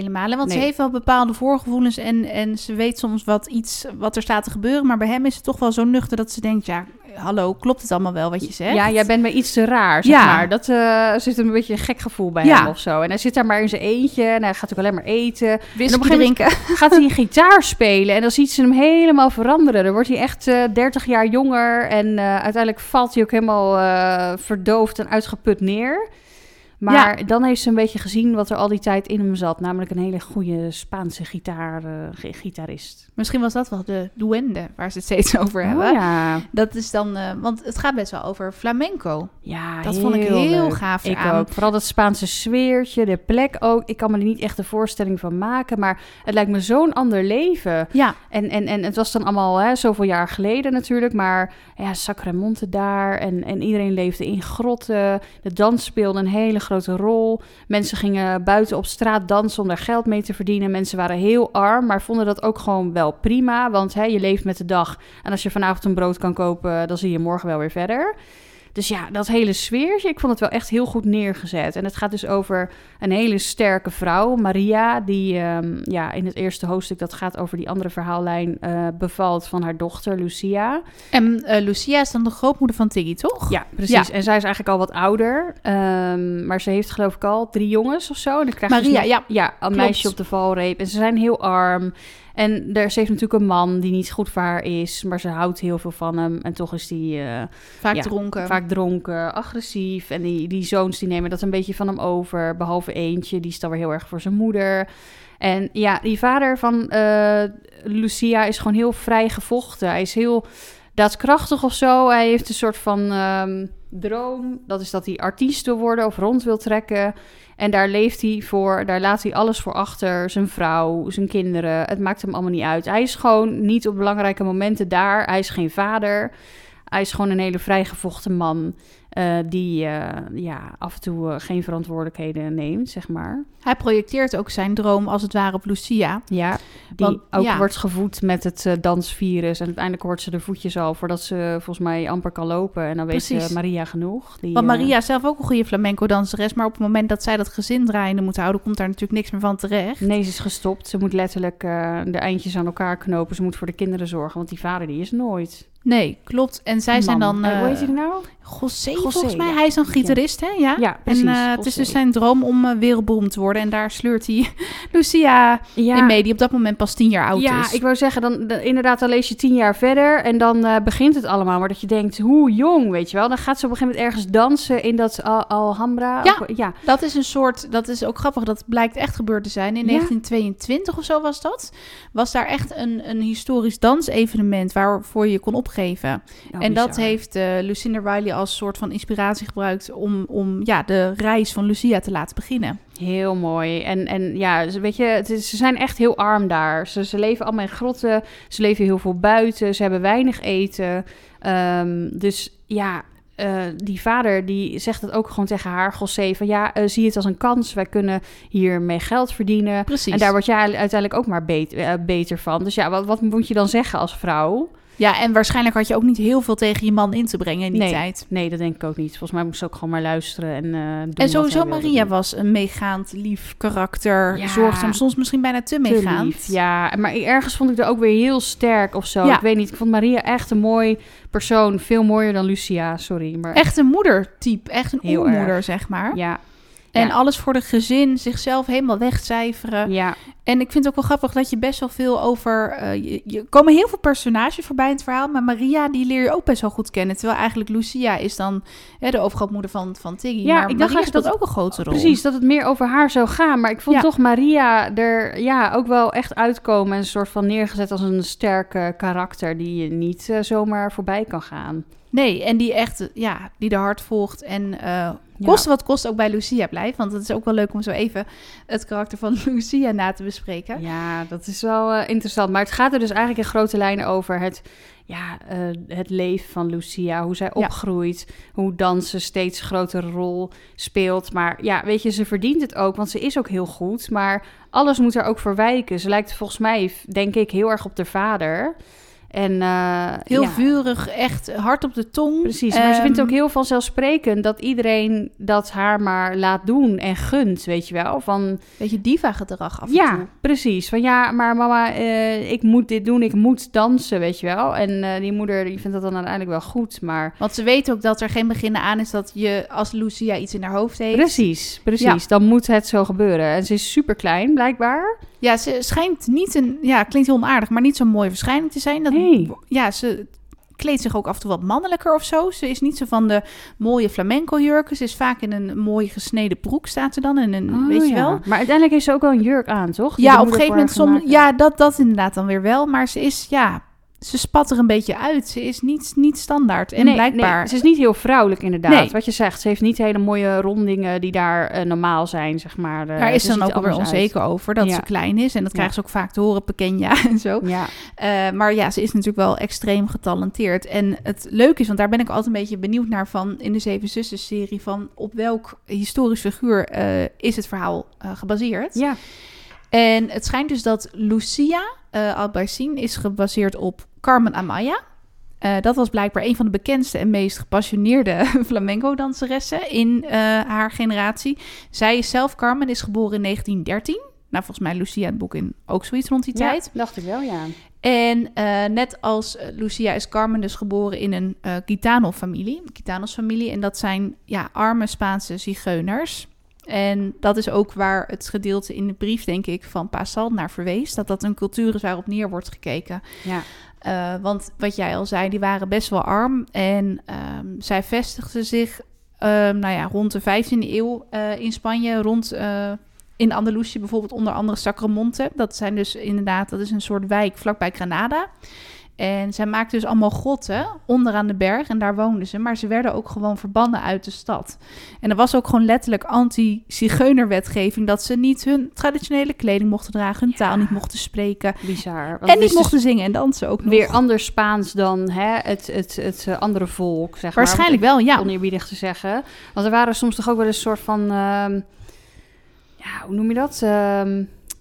helemaal. Want Nee. ze heeft wel bepaalde voorgevoelens en, en ze weet soms wat, iets, wat er staat te gebeuren. Maar bij hem is het toch wel zo nuchter dat ze denkt, ja, hallo, klopt het allemaal wel wat je zegt? Ja, jij bent mij iets te raar, zeg Ja. maar. Dat uh, zit een beetje een gek gevoel bij Ja. hem of zo. En hij zit daar maar in zijn eentje en hij gaat ook alleen maar eten. En op een Whisky gegeven moment drinken. gaat hij een gitaar spelen en dan ziet ze hem helemaal veranderen. Dan wordt hij echt uh, dertig jaar jonger en uh, uiteindelijk valt hij ook helemaal uh, verdoofd en uitgeput neer. Maar ja. dan heeft ze een beetje gezien wat er al die tijd in hem zat. Namelijk een hele goede Spaanse gitaar, uh, gitarist. Misschien was dat wel de duende waar ze het steeds over hebben. Oh, ja. Dat is dan, uh, want het gaat best wel over flamenco. Ja, dat heel vond ik heel leuk. gaaf. Ik aan. ook. Vooral dat Spaanse sfeertje, de plek ook. Ik kan me er niet echt een voorstelling van maken, maar het lijkt me zo'n ander leven. Ja. En, en, en het was dan allemaal hè, zoveel jaar geleden natuurlijk, maar ja, Sacramonte daar en, en iedereen leefde in grotten. De dans speelde een hele grote rol. Mensen gingen buiten op straat dansen om daar geld mee te verdienen. Mensen waren heel arm, maar vonden dat ook gewoon wel prima, want hè, je leeft met de dag. En als je vanavond een brood kan kopen, dan zie je morgen wel weer verder. Dus ja, dat hele sfeertje, ik vond het wel echt heel goed neergezet. En het gaat dus over een hele sterke vrouw, Maria, die um, ja, in het eerste hoofdstuk, dat gaat over die andere verhaallijn, uh, bevalt van haar dochter, Lucia. En uh, Lucia is dan de grootmoeder van Tiggy, toch? Ja, precies. Ja. En zij is eigenlijk al wat ouder, um, maar ze heeft geloof ik al drie jongens of zo. En dan krijgt Maria, ze nog, ja. Ja, een Klopt. meisje op de valreep. En ze zijn heel arm. En er, ze heeft natuurlijk een man die niet goed voor haar is, maar ze houdt heel veel van hem. En toch is die uh, vaak ja, dronken. Vaak dronken, agressief. En die, die zoons die nemen dat een beetje van hem over. Behalve eentje, die is dan weer heel erg voor zijn moeder. En ja, die vader van uh, Lucia is gewoon heel vrij gevochten. Hij is heel daadkrachtig of zo. Hij heeft een soort van um, droom. Dat is dat hij artiest wil worden of rond wil trekken. En daar leeft hij voor, daar laat hij alles voor achter. Zijn vrouw, zijn kinderen, het maakt hem allemaal niet uit. Hij is gewoon niet op belangrijke momenten daar. Hij is geen vader. Hij is gewoon een hele vrijgevochten man uh, die uh, ja, af en toe uh, geen verantwoordelijkheden neemt, zeg maar. Hij projecteert ook zijn droom als het ware op Lucia. Ja, die Want, ook ja. wordt gevoed met het uh, dansvirus. En uiteindelijk hoort ze de voetjes al voordat ze volgens mij amper kan lopen. En dan weet uh, Maria genoeg. Die, Want Maria uh, is zelf ook een goede flamenco-danseres. Maar op het moment dat zij dat gezin draaiende moet houden, komt daar natuurlijk niks meer van terecht. Nee, ze is gestopt. Ze moet letterlijk uh, de eindjes aan elkaar knopen. Ze moet voor de kinderen zorgen, want die vader die is nooit. Nee, klopt. En zij Man. zijn dan... Uh, Hoe heet hij nou? José, José, volgens mij. Ja. Hij is een gitarist, hè? Ja, ja precies. En uh, het is dus zijn droom om uh, wereldberoemd te worden. En daar sleurt hij Lucia ja. in mee, die op dat moment pas tien jaar oud ja, is. Ja, ik wou zeggen, dan, dan inderdaad, dan lees je tien jaar verder. En dan uh, begint het allemaal. Maar dat je denkt, hoe jong, weet je wel. Dan gaat ze op een gegeven moment ergens dansen in dat Al- Alhambra. Ja, of, ja, dat is een soort... Dat is ook grappig. Dat blijkt echt gebeurd te zijn. In ja. negentien tweeëntwintig of zo was dat. Was daar echt een, een historisch dansevenement waarvoor je kon opgeven. Oh, en dat bizar. heeft uh, Lucinda Riley als soort van inspiratie gebruikt om, om ja, de reis van Lucia te laten beginnen. Heel mooi. En, en ja, weet je, het is, ze zijn echt heel arm daar. Ze, ze leven allemaal in grotten. Ze leven heel veel buiten. Ze hebben weinig eten. Um, dus ja, uh, die vader die zegt het ook gewoon tegen haar, José, van ja, uh, zie het als een kans. Wij kunnen hiermee geld verdienen. Precies. En daar word jij uiteindelijk ook maar beter, uh, beter van. Dus ja, wat, wat moet je dan zeggen als vrouw? Ja, en waarschijnlijk had je ook niet heel veel tegen je man in te brengen in die nee, tijd. Nee, dat denk ik ook niet. Volgens mij moest ze ook gewoon maar luisteren en uh, doen. En sowieso wat hij Maria wilde. was een meegaand, lief karakter. Ja, zorgzaam, soms misschien bijna te Te meegaand. lief, ja, maar ergens vond ik er ook weer heel sterk of zo. Ja. Ik weet niet, ik vond Maria echt een mooi persoon. Veel mooier dan Lucia, sorry. Maar Echt een moedertype, echt een Heel oermoeder, erg. zeg maar. ja, En ja. alles voor de gezin, zichzelf helemaal wegcijferen. ja, En ik vind het ook wel grappig dat je best wel veel over... Uh, je, je komen heel veel personages voorbij in het verhaal, maar Maria, die leer je ook best wel goed kennen. Terwijl eigenlijk Lucia is dan hè, de overgrootmoeder van, van Tiggy. Ja, maar ik dacht Maria eigenlijk speelt dat- ook een grote rol. precies, dat het meer over haar zou gaan. Maar ik vond Ja. toch Maria er ja, ook wel echt uitkomen. En een soort van neergezet als een sterke karakter die je niet uh, zomaar voorbij kan gaan. Nee, en die echt, ja, die de hart volgt en uh, koste wat kost ook bij Lucia blijft. Want het is ook wel leuk om zo even het karakter van Lucia na te bespreken. Ja, dat is wel uh, interessant. Maar het gaat er dus eigenlijk in grote lijnen over het, ja, uh, het leven van Lucia. Hoe zij Ja. opgroeit, hoe dansen steeds grotere rol speelt. Maar ja, weet je, ze verdient het ook, want ze is ook heel goed. Maar alles moet er ook voor wijken. Ze lijkt volgens mij, denk ik, heel erg op haar vader. En, uh, heel ja. vurig, echt hard op de tong. Precies, maar um, ze vindt het ook heel vanzelfsprekend dat iedereen dat haar maar laat doen en gunt, weet je wel. Van, beetje diva-gedrag af en ja, toe. precies. Van ja, maar mama, uh, ik moet dit doen, ik moet dansen, weet je wel. En uh, die moeder die vindt dat dan uiteindelijk wel goed, maar... Want ze weet ook dat er geen begin aan is dat je als Lucia iets in haar hoofd heeft. Precies, precies. Ja. Dan moet het zo gebeuren. En ze is super klein, blijkbaar. Ja, ze schijnt niet een... Ja, klinkt heel onaardig, maar niet zo'n mooie verschijning te zijn. Dat, hey. Ja, ze kleedt zich ook af en toe wat mannelijker of zo. Ze is niet zo van de mooie flamenco-jurken. Ze is vaak in een mooi gesneden broek, staat ze dan. En een, oh, weet je ja. wel. Maar uiteindelijk heeft ze ook wel een jurk aan, toch? Die ja, op een gegeven moment... Som, ja, dat, dat inderdaad dan weer wel. Maar ze is, ja... Ze spat er een beetje uit. Ze is niet, niet standaard. En nee, blijkbaar... Nee, ze is niet heel vrouwelijk inderdaad. Nee. Wat je zegt, ze heeft niet hele mooie rondingen die daar uh, normaal zijn, zeg maar. Uh, Daar is ze dan ook alweer onzeker uit. over dat ja. ze klein is. En dat krijgen ja. ze ook vaak te horen, Pequeña en zo. Ja. Uh, maar ja, ze is natuurlijk wel extreem getalenteerd. En het leuke is, want daar ben ik altijd een beetje benieuwd naar van... in de Zeven Zussen-serie, van op welk historisch figuur uh, is het verhaal uh, gebaseerd. Ja. En het schijnt dus dat Lucia uh, Albarracín is gebaseerd op Carmen Amaya. Uh, dat was blijkbaar een van de bekendste en meest gepassioneerde flamenco-danseressen in uh, haar generatie. Zij is zelf, Carmen, is geboren in negentien dertien. Nou, volgens mij Lucia in het boek in ook zoiets rond die ja, tijd. dacht ik wel, ja. En uh, net als Lucia is Carmen dus geboren in een uh, Gitano-familie. Gitanos-familie. En dat zijn ja, arme Spaanse zigeuners. En dat is ook waar het gedeelte in de brief, denk ik, van Pasal naar verwees. Dat dat een cultuur is waarop neer wordt gekeken. Ja. Uh, want wat jij al zei, die waren best wel arm. En um, zij vestigden zich um, nou ja, rond de vijftiende eeuw uh, in Spanje. Rond uh, in Andalusië bijvoorbeeld, onder andere Sacramonte. Dat zijn dus inderdaad, dat is een soort wijk vlakbij Granada. En zij maakten dus allemaal grotten onderaan de berg en daar woonden ze. Maar ze werden ook gewoon verbannen uit de stad. En er was ook gewoon letterlijk anti-zigeunerwetgeving... dat ze niet hun traditionele kleding mochten dragen, hun ja. taal niet mochten spreken. Bizar. En niet mochten dus zingen en dansen ook nog. Weer anders Spaans dan hè, het, het, het, het andere volk, zeg Waarschijnlijk maar. wel, ja. Oneerbiedig te zeggen. Want er waren soms toch ook wel een soort van... Uh, ja, hoe noem je dat? Uh,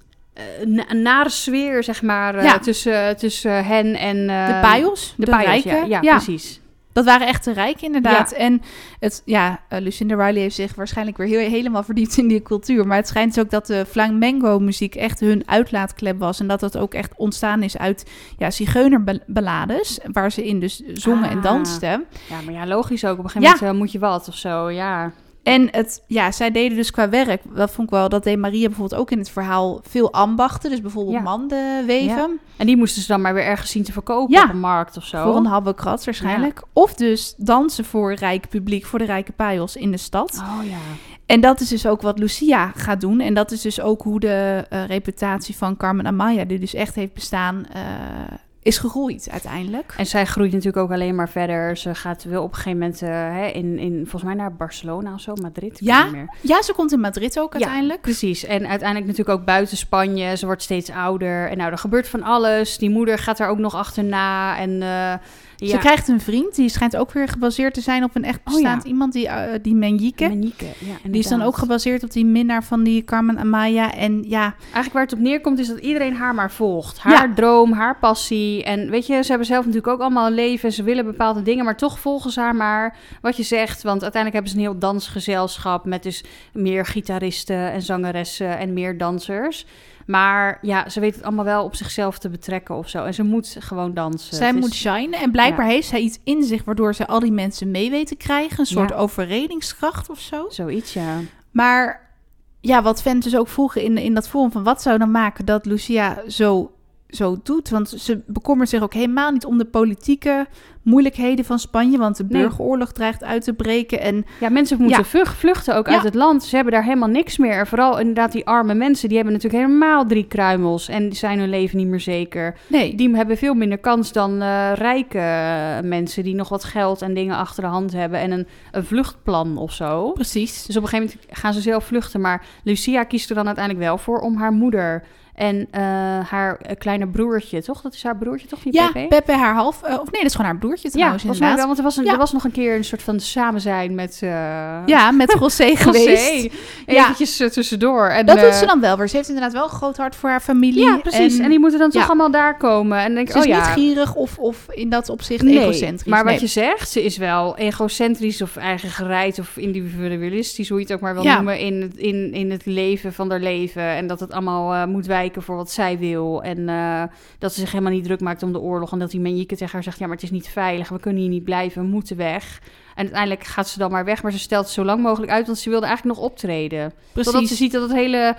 een nare sfeer, zeg maar, uh, ja. tussen, tussen hen en... Uh, de payos, de, de payos, rijken. Ja, ja, ja, precies. Dat waren echt de rijken, inderdaad. Ja. En het, ja, uh, Lucinda Riley heeft zich waarschijnlijk weer heel, helemaal verdiept in die cultuur. Maar het schijnt dus ook dat de flamenco-muziek echt hun uitlaatklep was. En dat dat ook echt ontstaan is uit ja, zigeunerballades, waar ze in dus zongen ah. en dansten. Ja, maar ja, logisch ook. Op een gegeven moment ja. uh, moet je wat of zo, ja... En het, ja, zij deden dus qua werk, dat vond ik wel, dat deed Maria bijvoorbeeld ook in het verhaal, veel ambachten. Dus bijvoorbeeld ja. manden weven. Ja. En die moesten ze dan maar weer ergens zien te verkopen ja. op een markt of zo. Voor een habbekrat waarschijnlijk. Ja. Of dus dansen voor rijk publiek, voor de rijke payos in de stad. Oh ja. En dat is dus ook wat Lucia gaat doen. En dat is dus ook hoe de uh, reputatie van Carmen Amaya, die dus echt heeft bestaan... Uh, is gegroeid uiteindelijk. En zij groeit natuurlijk ook alleen maar verder. Ze gaat wel op een gegeven moment uh, hè, in, in, volgens mij naar Barcelona of zo, Madrid. Ja, niet meer. ja, ze komt in Madrid ook uiteindelijk. Ja, precies. En uiteindelijk natuurlijk ook buiten Spanje. Ze wordt steeds ouder. En nou, er gebeurt van alles. Die moeder gaat daar ook nog achterna. En uh, Ze ja. krijgt een vriend, die schijnt ook weer gebaseerd te zijn op een echt bestaand oh, ja. iemand, die, uh, die Menjike. Menjike, ja, inderdaad. Die is dan ook gebaseerd op die minnaar van die Carmen Amaya. En ja... Eigenlijk waar het op neerkomt is dat iedereen haar maar volgt. Haar ja. droom, haar passie. En weet je, ze hebben zelf natuurlijk ook allemaal een leven. Ze willen bepaalde dingen, maar toch volgen ze haar maar wat je zegt. Want uiteindelijk hebben ze een heel dansgezelschap met dus meer gitaristen en zangeressen en meer dansers. Maar ja, ze weet het allemaal wel op zichzelf te betrekken of zo. En ze moet gewoon dansen. Zij is... moet shinen. En blijkbaar ja. heeft zij iets in zich waardoor ze al die mensen mee weet te krijgen. Een soort ja. overredingskracht of zo. Zoiets, ja. Maar ja, wat fans dus ook vroegen in, in dat forum van wat zou dan maken dat Lucia zo, zo doet? Want ze bekommert zich ook helemaal niet om de politieke moeilijkheden van Spanje, want de burgeroorlog nee. dreigt uit te breken. En ja, mensen moeten ja. vluchten ook ja. uit het land. Ze hebben daar helemaal niks meer. En vooral inderdaad die arme mensen, die hebben natuurlijk helemaal drie kruimels en die zijn hun leven niet meer zeker. Nee. Die hebben veel minder kans dan uh, rijke mensen die nog wat geld en dingen achter de hand hebben en een, een vluchtplan of zo. Precies. Dus op een gegeven moment gaan ze zelf vluchten. Maar Lucia kiest er dan uiteindelijk wel voor om haar moeder En uh, haar uh, kleine broertje, toch? Dat is haar broertje, toch? Die ja, Pepe? Pepe haar half... Uh, of nee, dat is gewoon haar broertje trouwens, ja, inderdaad. Wel, want er was, een, ja. er was nog een keer een soort van samen zijn met... Uh, ja, met José geweest. Eventjes ja. tussendoor. En, dat uh, doet ze dan wel weer. Ze heeft inderdaad wel een groot hart voor haar familie. Ja, precies. En, en die moeten dan toch ja. allemaal daar komen. En denk, ze is oh, ja. niet gierig of, of in dat opzicht nee, egocentrisch. Maar wat nee. je zegt, ze is wel egocentrisch of eigen gereid of individualistisch, hoe je het ook maar wil ja. noemen, in het, in, in het leven van haar leven. En dat het allemaal uh, moet wijken voor wat zij wil. En uh, dat ze zich helemaal niet druk maakt om de oorlog. En dat die Menjike tegen haar zegt, ja, maar het is niet veilig. We kunnen hier niet blijven, we moeten weg. En uiteindelijk gaat ze dan maar weg, maar ze stelt het zo lang mogelijk uit, want ze wilde eigenlijk nog optreden. Precies. Totdat ze ziet dat het hele,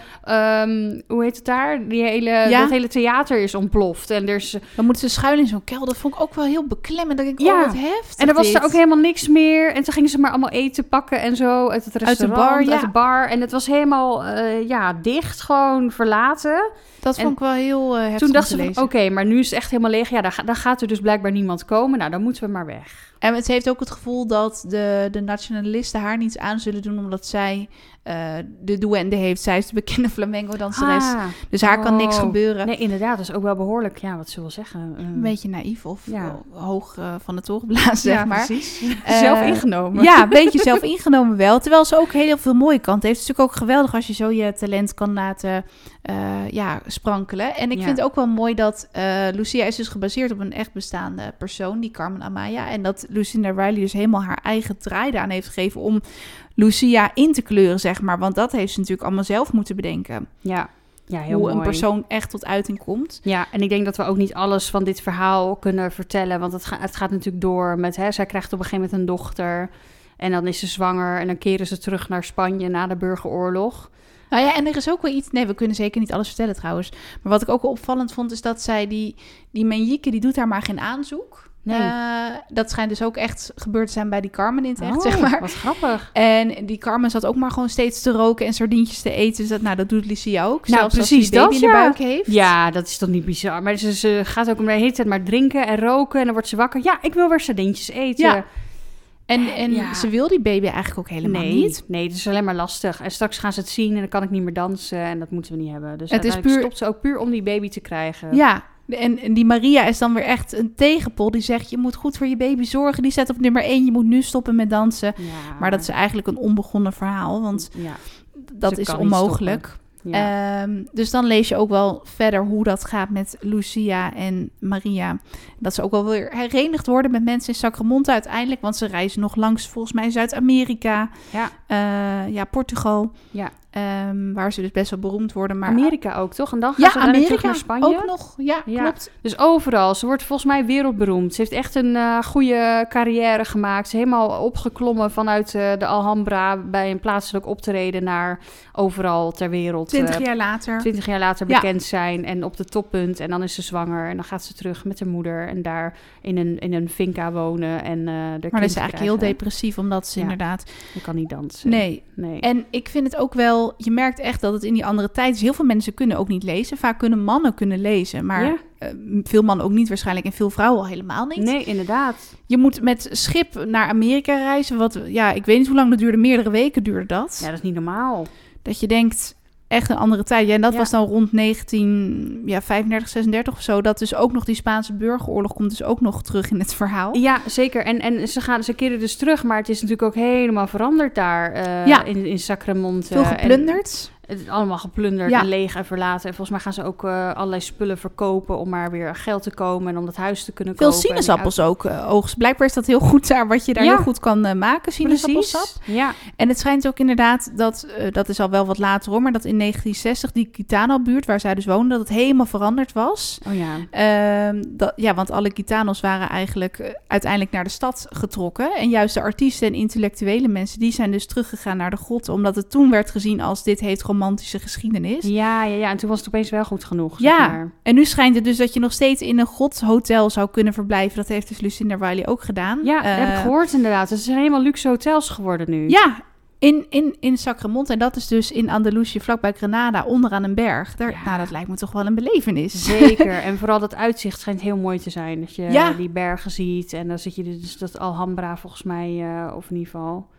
um, hoe heet het daar? Die hele, ja? Dat hele theater is ontploft. En er is, dan moeten ze schuilen in zo'n kelder. Dat vond ik ook wel heel beklemmend. Dat ik, ja. oh, wat heftig. En er was dit. er ook helemaal niks meer. En toen gingen ze maar allemaal eten pakken en zo uit het restaurant, uit de bar. Ja. Uit de bar. En het was helemaal, uh, ja, dicht, gewoon verlaten. Dat en vond ik wel heel uh, heftig. Toen dacht ze van, oké, okay, maar nu is het echt helemaal leeg. Ja, daar, daar gaat er dus blijkbaar niemand komen. Nou, dan moeten we maar weg. En ze heeft ook het gevoel dat de, de nationalisten haar niets aan zullen doen, omdat zij uh, de duende heeft. Zij is de bekende flamenco-danseres. Ah, dus haar oh. kan niks gebeuren. Nee, inderdaad. Dat is ook wel behoorlijk, ja, wat zullen we zeggen? Uh, een beetje naïef of ja. hoog uh, van de toren blazen, zeg ja, maar. Precies. Uh, zelf ingenomen. Ja, een beetje zelf ingenomen wel. Terwijl ze ook heel veel mooie kanten heeft. Het is natuurlijk ook geweldig als je zo je talent kan laten uh, ja, sprankelen. En ik ja. vind het ook wel mooi dat uh, Lucia is dus gebaseerd op een echt bestaande persoon, die Carmen Amaya. En dat Lucinda Riley dus helemaal haar eigen draai aan heeft gegeven om Lucia in te kleuren, zeg maar. Want dat heeft ze natuurlijk allemaal zelf moeten bedenken. Ja, ja heel Hoe mooi. een persoon echt tot uiting komt. Ja, en ik denk dat we ook niet alles van dit verhaal kunnen vertellen. Want het, ga, het gaat natuurlijk door met... Hè, zij krijgt op een gegeven moment een dochter. En dan is ze zwanger. En dan keren ze terug naar Spanje na de burgeroorlog. Nou ja, en er is ook wel iets... Nee, we kunnen zeker niet alles vertellen trouwens. Maar wat ik ook wel opvallend vond, is dat zij die... Die Menjike, die doet daar maar geen aanzoek. Nee. Uh, dat schijnt dus ook echt gebeurd te zijn bij die Carmen in het echt, oh, zeg maar. Wat grappig. En die Carmen zat ook maar gewoon steeds te roken en sardientjes te eten. Dus dat, nou, dat doet Lucia ook. Nou, zelfs precies als die baby dat, in de ja. buik heeft. Ja, dat is toch niet bizar. Maar ze, ze gaat ook om de hele tijd maar drinken en roken. En dan wordt ze wakker. Ja, ik wil weer sardientjes eten. Ja. En, en ja. ze wil die baby eigenlijk ook helemaal nee, niet. Nee, het is alleen maar lastig. En straks gaan ze het zien en dan kan ik niet meer dansen. En dat moeten we niet hebben. Dus het uiteindelijk is puur... stopt ze ook puur om die baby te krijgen. Ja, en, en die Maria is dan weer echt een tegenpol. Die zegt, je moet goed voor je baby zorgen. Die zet op nummer één, je moet nu stoppen met dansen. Ja. Maar dat is eigenlijk een onbegonnen verhaal. Want ja. dat ze is onmogelijk. Ja. Um, dus dan lees je ook wel verder hoe dat gaat met Lucia en Maria. Dat ze ook wel weer herenigd worden met mensen in Sacramento uiteindelijk. Want ze reizen nog langs volgens mij Zuid-Amerika, ja, uh, ja Portugal. Ja. Um, waar ze dus best wel beroemd worden. Maar Amerika ook, toch? En dan gaan ja, ze Amerika terug naar Spanje. Ook nog, ja, ja, klopt. Dus overal. Ze wordt volgens mij wereldberoemd. Ze heeft echt een uh, goede carrière gemaakt. Ze is helemaal opgeklommen vanuit uh, de Alhambra bij een plaatselijk optreden naar overal ter wereld. Twintig jaar later. Twintig jaar later ja. bekend zijn en op de toppunt. En dan is ze zwanger en dan gaat ze terug met haar moeder en daar in een, in een finca wonen. En, uh, maar dat is eigenlijk heel depressief, omdat ze ja. inderdaad... Je kan niet dansen. Nee. nee. En ik vind het ook wel... Je merkt echt dat het in die andere tijd is. Heel veel mensen kunnen ook niet lezen. Vaak kunnen mannen kunnen lezen. Maar ja. uh, veel mannen ook niet waarschijnlijk. En veel vrouwen al helemaal niet. Nee, inderdaad. Je moet met schip naar Amerika reizen. Wat, ja, ik weet niet hoe lang dat duurde. Meerdere weken duurde dat. Ja, dat is niet normaal. Dat je denkt... Echt een andere tijd. Ja, en dat ja. was dan rond negentien vijfendertig, zesendertig of zo. Dat dus ook nog die Spaanse burgeroorlog komt dus ook nog terug in het verhaal. Ja, zeker. En, en ze, gaan, ze keren dus terug, maar het is natuurlijk ook helemaal veranderd daar uh, ja. in, in Sacramento. Veel geplunderd. En het is allemaal geplunderd ja. en leeg en verlaten. En volgens mij gaan ze ook uh, allerlei spullen verkopen om maar weer geld te komen en om dat huis te kunnen Veel kopen. Veel sinaasappels ook uh, oogst. Blijkbaar is dat heel goed daar, wat je daar ja. heel goed kan uh, maken, sinaasappelsap. Ja. En het schijnt ook inderdaad dat, uh, dat is al wel wat later hoor, maar dat in negentien zestig die Gitano-buurt waar zij dus woonden, dat het helemaal veranderd was. Oh ja. Uh, dat, ja, want alle Gitanos waren eigenlijk uh, uiteindelijk naar de stad getrokken. En juist de artiesten en intellectuele mensen, die zijn dus teruggegaan naar de grotten, omdat het toen werd gezien als dit heeft romantische geschiedenis. Ja, ja, ja. En toen was het opeens wel goed genoeg. Ja, zeg maar. En nu schijnt het dus dat je nog steeds in een godhotel zou kunnen verblijven. Dat heeft dus Lucinda Riley ook gedaan. Ja, dat uh, heb ik gehoord inderdaad. Het zijn helemaal luxe hotels geworden nu. Ja, in, in, in Sacramento. En dat is dus in Andalusië, vlakbij Granada, onderaan een berg. Daar, ja. Nou, dat lijkt me toch wel een belevenis. Zeker. En vooral dat uitzicht schijnt heel mooi te zijn. Dat je ja. die bergen ziet. En dan zit je dus dat Alhambra volgens mij, uh, of in ieder geval...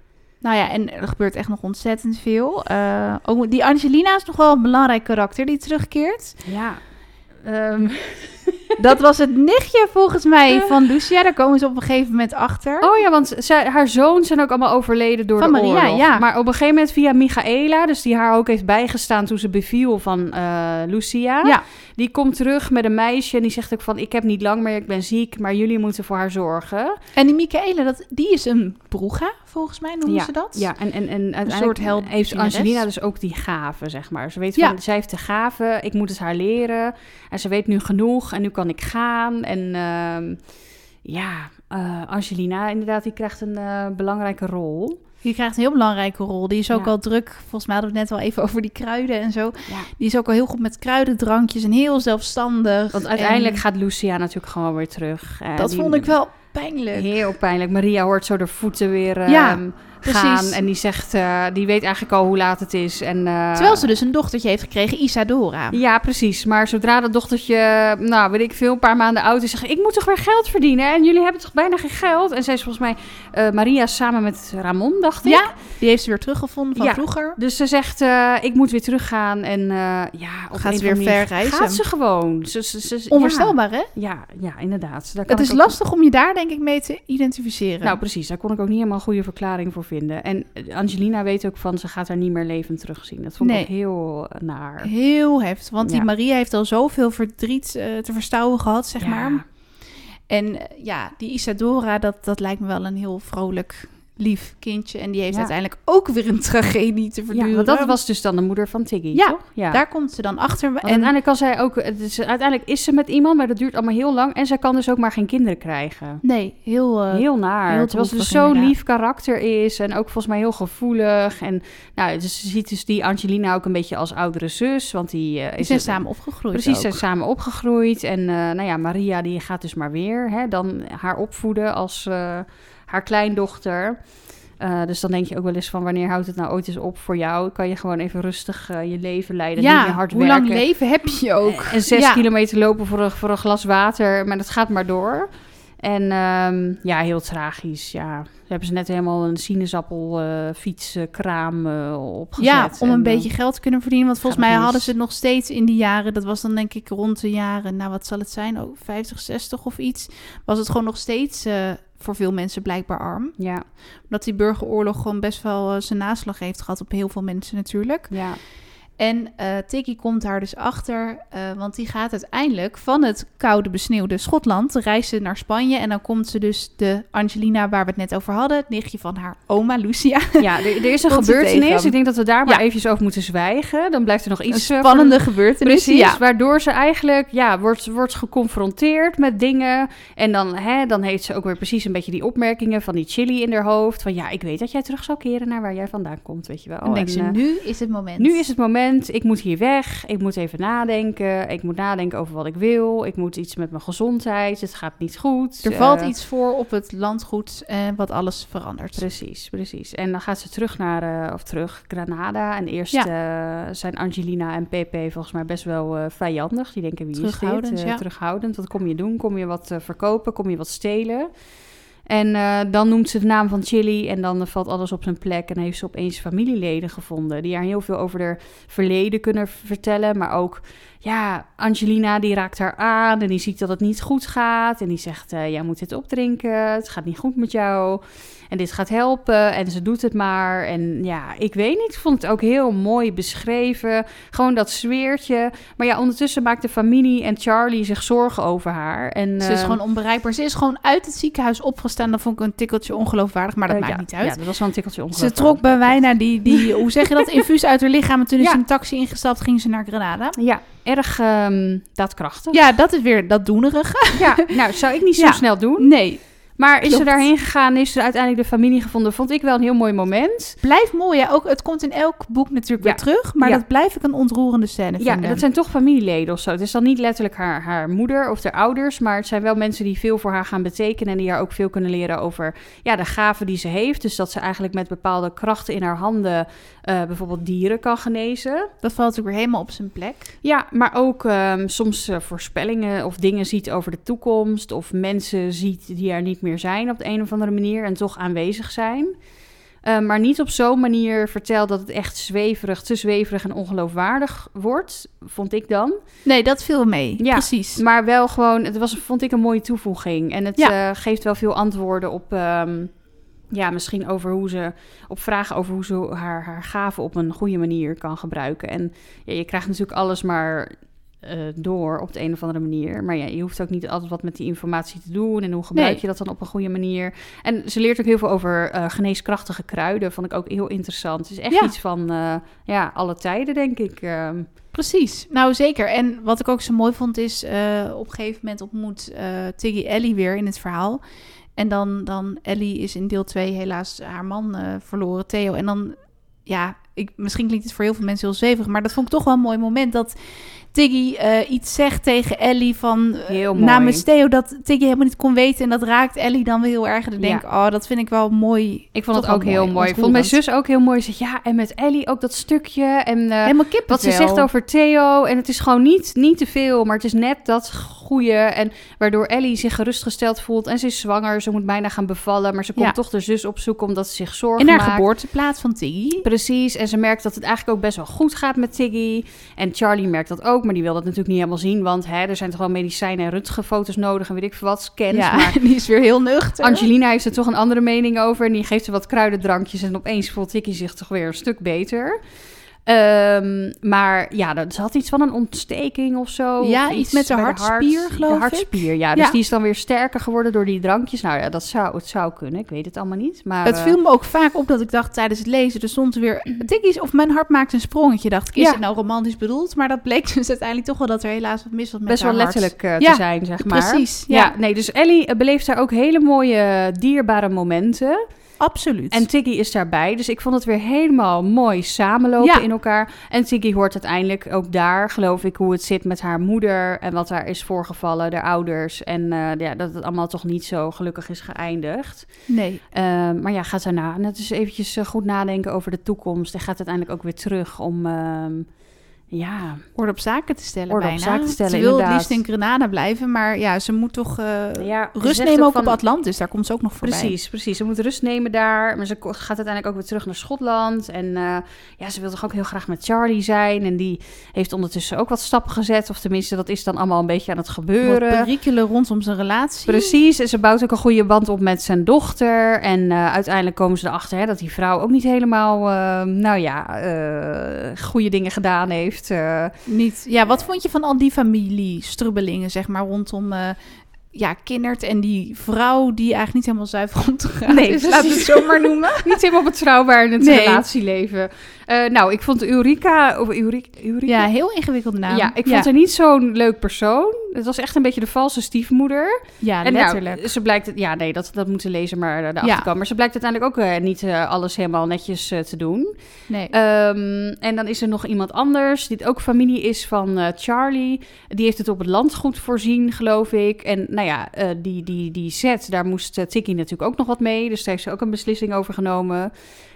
Nou ja, en er gebeurt echt nog ontzettend veel. Uh, ook die Angelina is nog wel een belangrijk karakter die terugkeert. Ja. Um. Dat was het nichtje volgens mij van Lucia. Daar komen ze op een gegeven moment achter. Oh ja, want zij, haar zoons zijn ook allemaal overleden door van de Maria, oorlog. Ja. Maar op een gegeven moment via Michaela, dus die haar ook heeft bijgestaan toen ze beviel van uh, Lucia. Ja. Die komt terug met een meisje en die zegt ook van... ik heb niet lang meer, ik ben ziek, maar jullie moeten voor haar zorgen. En die Michaela, dat, die is een broega, volgens mij noemen ja, ze dat. Ja, en, en, en uiteindelijk een soort held heeft Angelina dus ook die gave, zeg maar. Ze weet ja. van, zij heeft de gave, ik moet het haar leren. En ze weet nu genoeg en nu kan ik gaan. En uh, ja, uh, Angelina inderdaad, die krijgt een uh, belangrijke rol... Die krijgt een heel belangrijke rol. Die is ook ja. al druk. Volgens mij hadden we het net al even over die kruiden en zo. Ja. Die is ook al heel goed met kruidendrankjes en heel zelfstandig. Want uiteindelijk en... gaat Lucia natuurlijk gewoon weer terug. Uh, dat die... vond ik wel pijnlijk. Heel pijnlijk. Maria hoort zo de voeten weer uh, ja, gaan. precies. En die zegt, uh, die weet eigenlijk al hoe laat het is. En, uh, terwijl ze dus een dochtertje heeft gekregen, Isadora. Ja, precies. Maar zodra dat dochtertje, nou weet ik veel, een paar maanden oud is, zegt ik moet toch weer geld verdienen. En jullie hebben toch bijna geen geld. En zij is volgens mij uh, Maria samen met Ramon, dacht ik. Ja, die heeft ze weer teruggevonden van ja. vroeger. Dus ze zegt, uh, ik moet weer teruggaan. En uh, ja, op gaat ze weer ver reizen. Gaat ze gewoon. Ze, ze, ze, Onvoorstelbaar, ja. hè? Ja, ja, inderdaad. Daar kan het is ook... lastig om je daar denk ik mee te identificeren. Nou, precies. Daar kon ik ook niet helemaal een goede verklaring voor vinden. En Angelina weet ook van, ze gaat haar niet meer levend terugzien. Dat vond ik nee. ook heel naar. Heel heftig. Want ja. die Maria heeft al zoveel verdriet uh, te verstouwen gehad, zeg ja. maar. En uh, ja, die Isadora, dat, dat lijkt me wel een heel vrolijk, lief kindje. En die heeft ja. uiteindelijk ook weer een tragedie te verduren. Ja, want dat was dus dan de moeder van Tiggy, ja, toch? Ja, daar komt ze dan achter. En en uiteindelijk kan zij ook... Dus uiteindelijk is ze met iemand, maar dat duurt allemaal heel lang. En zij kan dus ook maar geen kinderen krijgen. Nee, heel... Uh, heel naar. Heel terwijl ze dus zo'n lief karakter is. En ook volgens mij heel gevoelig. En nou, dus ze ziet dus die Angelina ook een beetje als oudere zus. Want die uh, is... zijn samen opgegroeid Precies, ook. zijn samen opgegroeid. En uh, nou ja, Maria die gaat dus maar weer hè, dan haar opvoeden als uh, haar kleindochter... Uh, dus dan denk je ook wel eens van, wanneer houdt het nou ooit eens op voor jou? Kan je gewoon even rustig uh, je leven leiden, ja, niet meer hard hoe werken. lang leven heb je ook? En zes ja. kilometer lopen voor een, voor een glas water, maar dat gaat maar door. En um, ja, heel tragisch, ja. Ze hebben ze net helemaal een sinaasappelfietskraam uh, uh, opgezet. Ja, om een en, beetje uh, geld te kunnen verdienen. Want volgens mij mis. hadden ze het nog steeds in die jaren... Dat was dan denk ik rond de jaren, nou wat zal het zijn? Oh, vijftig, zestig of iets. Was het gewoon nog steeds... Uh, voor veel mensen blijkbaar arm. Ja. Omdat die burgeroorlog gewoon best wel uh, zijn naslag heeft gehad op heel veel mensen natuurlijk. Ja. En uh, Tiggy komt daar dus achter, uh, want die gaat uiteindelijk van het koude besneeuwde Schotland reizen naar Spanje. En dan komt ze dus de Angelina, waar we het net over hadden, het nichtje van haar oma Lucia. Ja, er, er is een gebeurtenis. Ik denk dat we daar maar ja. eventjes over moeten zwijgen. Dan blijft er nog iets... Een spannende voor... gebeurtenis. Precies, ja. waardoor ze eigenlijk ja, wordt, wordt geconfronteerd met dingen. En dan, hè, dan heeft ze ook weer precies een beetje die opmerkingen van die chili in haar hoofd. Van ja, ik weet dat jij terug zal keren naar waar jij vandaan komt, weet je wel. En denk en, ze, uh, nu is het moment. Nu is het moment. Ik moet hier weg. Ik moet even nadenken. Ik moet nadenken over wat ik wil. Ik moet iets met mijn gezondheid. Het gaat niet goed. Er valt uh, iets voor op het landgoed uh, wat alles verandert. Precies, precies. En dan gaat ze terug naar, uh, of terug, Granada. En eerst ja. uh, zijn Angelina en Pepe volgens mij best wel uh, vijandig. Die denken, wie is dit? Uh, ja. Terughoudend. Wat kom je doen? Kom je wat uh, verkopen? Kom je wat stelen? En uh, dan noemt ze de naam van Chili en dan uh, valt alles op zijn plek. En heeft ze opeens familieleden gevonden die haar heel veel over haar verleden kunnen vertellen. Maar ook, ja, Angelina die raakt haar aan en die ziet dat het niet goed gaat. En die zegt, uh, jij moet dit opdrinken, het gaat niet goed met jou. En dit gaat helpen en ze doet het maar. En ja, ik weet niet, ik vond het ook heel mooi beschreven. Gewoon dat sfeertje. Maar ja, ondertussen maakt de familie en Charlie zich zorgen over haar. En, ze is uh, gewoon onbereikbaar. Ze is gewoon uit het ziekenhuis opgestaan. Dat vond ik een tikkeltje ongeloofwaardig, maar dat uh, maakt ja, niet uit. Ja, dat was wel een tikkeltje ongeloofwaardig. Ze trok bij bijna die, die hoe zeg je dat, infuus uit haar lichaam. En toen is ja. ze in een taxi ingestapt, ging ze naar Granada. Ja, erg um, daadkrachtig. Ja, dat is weer dat doenerige. Ja, nou, zou ik niet zo ja. snel doen. Nee. Maar is Klopt. ze daarheen gegaan, is er uiteindelijk de familie gevonden. Vond ik wel een heel mooi moment. Blijft mooi, ja. Ook, het komt in elk boek natuurlijk ja. weer terug. Maar ja. dat blijf ik een ontroerende scène ja, vinden. dat zijn toch familieleden of zo. Het is dan niet letterlijk haar, haar moeder of haar ouders. Maar het zijn wel mensen die veel voor haar gaan betekenen. En die haar ook veel kunnen leren over ja, de gaven die ze heeft. Dus dat ze eigenlijk met bepaalde krachten in haar handen uh, bijvoorbeeld dieren kan genezen. Dat valt ook weer helemaal op zijn plek. Ja, maar ook um, soms uh, voorspellingen of dingen ziet over de toekomst. Of mensen ziet die er niet meer zijn op de een of andere manier en toch aanwezig zijn. Uh, maar niet op zo'n manier verteld dat het echt zweverig, te zweverig en ongeloofwaardig wordt, vond ik dan. Nee, dat viel mee, ja, precies. Maar wel gewoon, het was, vond ik een mooie toevoeging. En het ja. uh, geeft wel veel antwoorden op, um, ja, misschien over hoe ze, op vragen over hoe ze haar, haar gaven op een goede manier kan gebruiken. En ja, je krijgt natuurlijk alles maar uh, door op de een of andere manier. Maar ja, je hoeft ook niet altijd wat met die informatie te doen. En hoe gebruik nee. je dat dan op een goede manier? En ze leert ook heel veel over uh, geneeskrachtige kruiden. Vond ik ook heel interessant. Het is echt ja. iets van uh, ja, alle tijden, denk ik. Uh, Precies, nou zeker. En wat ik ook zo mooi vond is, uh, op een gegeven moment ontmoet uh, Tiggy Ellie weer in het verhaal. En dan, dan Ellie is in deel twee helaas haar man uh, verloren, Theo. En dan, ja, ik, misschien klinkt het voor heel veel mensen heel zweverig, maar dat vond ik toch wel een mooi moment dat Tiggy uh, iets zegt tegen Ellie van uh, namens Theo, dat Tiggy helemaal niet kon weten. En dat raakt Ellie dan weer heel erg. En dan denk ik, ja. oh, dat vind ik wel mooi. Ik vond het ook heel mooi. Ik vond mijn zus ook heel mooi. Ze zegt, ja, en met Ellie ook dat stukje. En uh, helemaal kippenvel. Wat ze zegt over Theo. En het is gewoon niet, niet te veel, maar het is net dat goeie. En waardoor Ellie zich gerustgesteld voelt. En ze is zwanger, ze moet bijna gaan bevallen. Maar ze komt ja. toch de zus opzoeken omdat ze zich zorgen maakt. In haar geboorteplaats van Tiggy. Precies. En ze merkt dat het eigenlijk ook best wel goed gaat met Tiggy. En Charlie merkt dat ook, maar die wil dat natuurlijk niet helemaal zien. Want hè, er zijn toch wel medicijnen en röntgenfoto's nodig en weet ik veel wat. Scans. Ja, maar die is weer heel nuchter. Angelina heeft er toch een andere mening over. En die geeft er wat kruidendrankjes. En opeens voelt Tiggy zich toch weer een stuk beter. Um, maar ja, dat had iets van een ontsteking of zo. Ja, of iets, iets met de hartspier, hart, geloof de hartspier, ja. Dus ja. die is dan weer sterker geworden door die drankjes. Nou ja, dat zou, het zou kunnen. Ik weet het allemaal niet. Maar, het viel me ook vaak op dat ik dacht tijdens het lezen, er stond er weer tikkies of mijn hart maakt een sprongetje. Dacht ik, is ja. het nou romantisch bedoeld? Maar dat bleek dus uiteindelijk toch wel dat er helaas wat mis was met Best haar wel hart. letterlijk uh, ja, te zijn, zeg maar. Precies, ja. ja. Nee, dus Ellie uh, beleeft daar ook hele mooie, dierbare momenten. Absoluut. En Tiggy is daarbij. Dus ik vond het weer helemaal mooi samenlopen ja. in elkaar. En Tiggy hoort uiteindelijk ook daar, geloof ik, hoe het zit met haar moeder en wat daar is voorgevallen, de ouders. En uh, ja, dat het allemaal toch niet zo gelukkig is geëindigd. Nee. Uh, maar ja, gaat daarna net eens eventjes uh, goed nadenken over de toekomst. En gaat uiteindelijk ook weer terug om... Uh, Ja, orde op zaken te stellen orde bijna. op zaken te stellen, ze wil inderdaad. het liefst in Grenada blijven, maar ja, ze moet toch uh, ja, rust nemen ook van... op Atlantis. Daar komt ze ook nog voorbij. Precies, precies. Ze moet rust nemen daar, maar ze gaat uiteindelijk ook weer terug naar Schotland. En uh, ja, ze wil toch ook heel graag met Charlie zijn. En die heeft ondertussen ook wat stappen gezet. Of tenminste, dat is dan allemaal een beetje aan het gebeuren. Wat perikelen rondom zijn relatie. Precies, en ze bouwt ook een goede band op met zijn dochter. En uh, uiteindelijk komen ze erachter hè, dat die vrouw ook niet helemaal, uh, nou ja, uh, goede dingen gedaan heeft. Uh, Niet. Ja, wat vond je van al die familiestrubbelingen, zeg maar, rondom uh, ja, Kinnert en die vrouw die eigenlijk niet helemaal zuiver om te gaan? Nee, dus laten we het zo maar noemen. Niet helemaal betrouwbaar in het nee. relatieleven. Uh, nou, ik vond Eureka, of Eureka, Eureka... Ja, heel ingewikkelde naam. Ja, ik ja. vond haar niet zo'n leuk persoon. Het was echt een beetje de valse stiefmoeder. Ja, en letterlijk. Nou, ze blijkt, ja, nee, dat, dat moeten lezen maar erachter ja. komen. Maar ze blijkt uiteindelijk ook uh, niet uh, alles helemaal netjes uh, te doen. Nee. Um, en dan is er nog iemand anders, die ook familie is van uh, Charlie. Die heeft het op het landgoed voorzien, geloof ik. En nou ja, uh, die, die, die set, daar moest uh, Tiggy natuurlijk ook nog wat mee. Dus daar heeft ze ook een beslissing over genomen.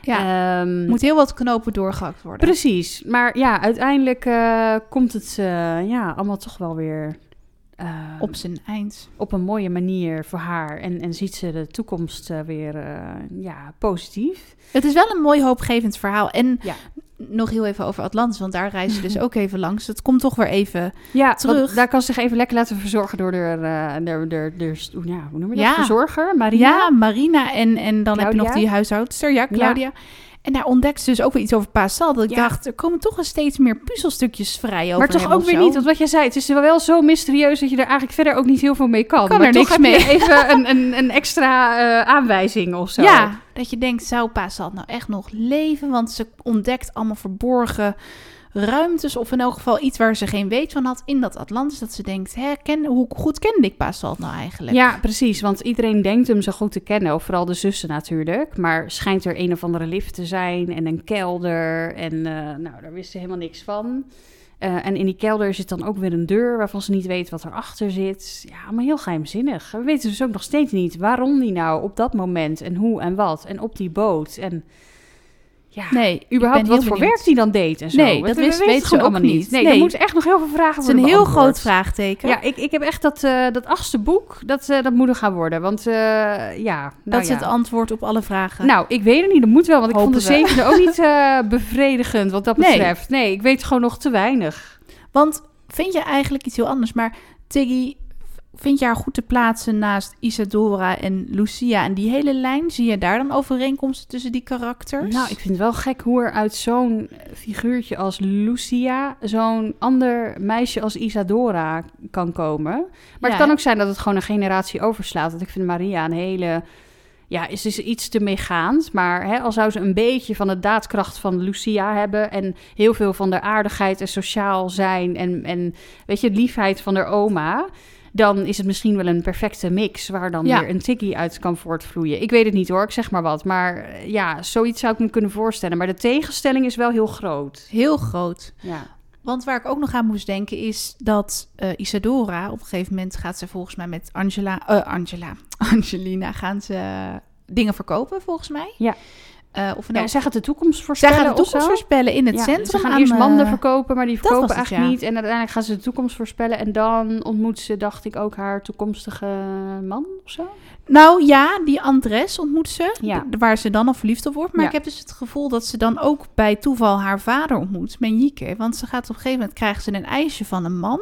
Ja, um, moet heel wat knopen doorgehakt worden. Precies. Maar ja, uiteindelijk uh, komt het uh, ja, allemaal toch wel weer... Uh, op zijn eind. Op een mooie manier voor haar. En, en ziet ze de toekomst uh, weer uh, ja, positief. Het is wel een mooi hoopgevend verhaal. En ja. nog heel even over Atlantis, want daar reizen ze dus ook even langs. Het komt toch weer even ja, terug. Daar kan ze zich even lekker laten verzorgen door de, de, de, de, de ja, hoe noem je dat? Ja. Verzorger, Marina. Ja, Marina. En, en dan Claudia. Heb je nog die huishoudster, ja, Claudia. Ja. En daar ontdekt ze dus ook weer iets over Paasal. Dat ik ja. dacht, er komen toch wel steeds meer puzzelstukjes vrij over. Maar toch ook weer niet, want wat jij zei, het is wel zo mysterieus dat je er eigenlijk verder ook niet heel veel mee kan. Kan maar er toch niks heb mee. Je even een, een, een extra uh, aanwijzing of zo. Ja, dat je denkt, zou Paasal nou echt nog leven? Want ze ontdekt allemaal verborgen ruimtes, of in elk geval iets waar ze geen weet van had in dat Atlantis. Dat ze denkt, hè, ken, hoe goed kende ik Paasal nou eigenlijk? Ja, precies, want iedereen denkt hem zo goed te kennen, of vooral de zussen natuurlijk. Maar schijnt er een of andere lift te zijn en een kelder en uh, nou, daar wist ze helemaal niks van. Uh, en in die kelder zit dan ook weer een deur waarvan ze niet weet wat erachter zit. Ja, maar heel geheimzinnig. We weten dus ook nog steeds niet waarom die nou op dat moment en hoe en wat en op die boot en... ja, nee, überhaupt wat voor werk die dan deed en zo. Nee, dat wist, weet ze gewoon ook allemaal niet. niet. Nee, nee, er moeten echt nog heel veel vragen worden Het is een heel beantwoord. groot vraagteken. Ja, ik, ik heb echt dat, uh, dat achtste boek, dat, uh, dat moet er gaan worden. Want uh, ja... Nou dat is ja. het antwoord op alle vragen. Nou, ik weet het niet. Dat moet wel, want ik Hopen vond de zevende ook niet uh, bevredigend wat dat nee. betreft. Nee, ik weet gewoon nog te weinig. Want vind je eigenlijk iets heel anders, maar Tiggy... Vind je haar goed te plaatsen naast Isadora en Lucia en die hele lijn? Zie je daar dan overeenkomsten tussen die karakters? Nou, ik vind het wel gek hoe er uit zo'n figuurtje als Lucia zo'n ander meisje als Isadora kan komen. Maar ja, het kan ook zijn dat het gewoon een generatie overslaat. Want ik vind Maria een hele... Ja, ze is iets te meegaand, maar hè, al zou ze een beetje van de daadkracht van Lucia hebben en heel veel van de aardigheid en sociaal zijn en, en weet je, liefheid van haar oma... dan is het misschien wel een perfecte mix... waar dan ja. weer een Tiggy uit kan voortvloeien. Ik weet het niet hoor, ik zeg maar wat. Maar ja, zoiets zou ik me kunnen voorstellen. Maar de tegenstelling is wel heel groot. Heel groot. Ja. Want waar ik ook nog aan moest denken... is dat uh, Isadora... op een gegeven moment gaat ze volgens mij met Angela... Uh, Angela, Angelina gaan ze dingen verkopen volgens mij. Ja. Uh, of ja, zij gaat de toekomst voorspellen. Zij gaat de toekomst voorspellen in het ja, centrum. Ze gaan aan, eerst manden uh, verkopen, maar die verkopen het, eigenlijk ja. niet. En uiteindelijk gaan ze de toekomst voorspellen. En dan ontmoet ze, dacht ik, ook haar toekomstige man of zo. Nou ja, die Andres ontmoet ze. Ja. D- waar ze dan al verliefd op wordt. Maar ja. ik heb dus het gevoel dat ze dan ook bij toeval haar vader ontmoet. Menjike. Want ze gaat op een gegeven moment, krijgen ze een ijsje van een man.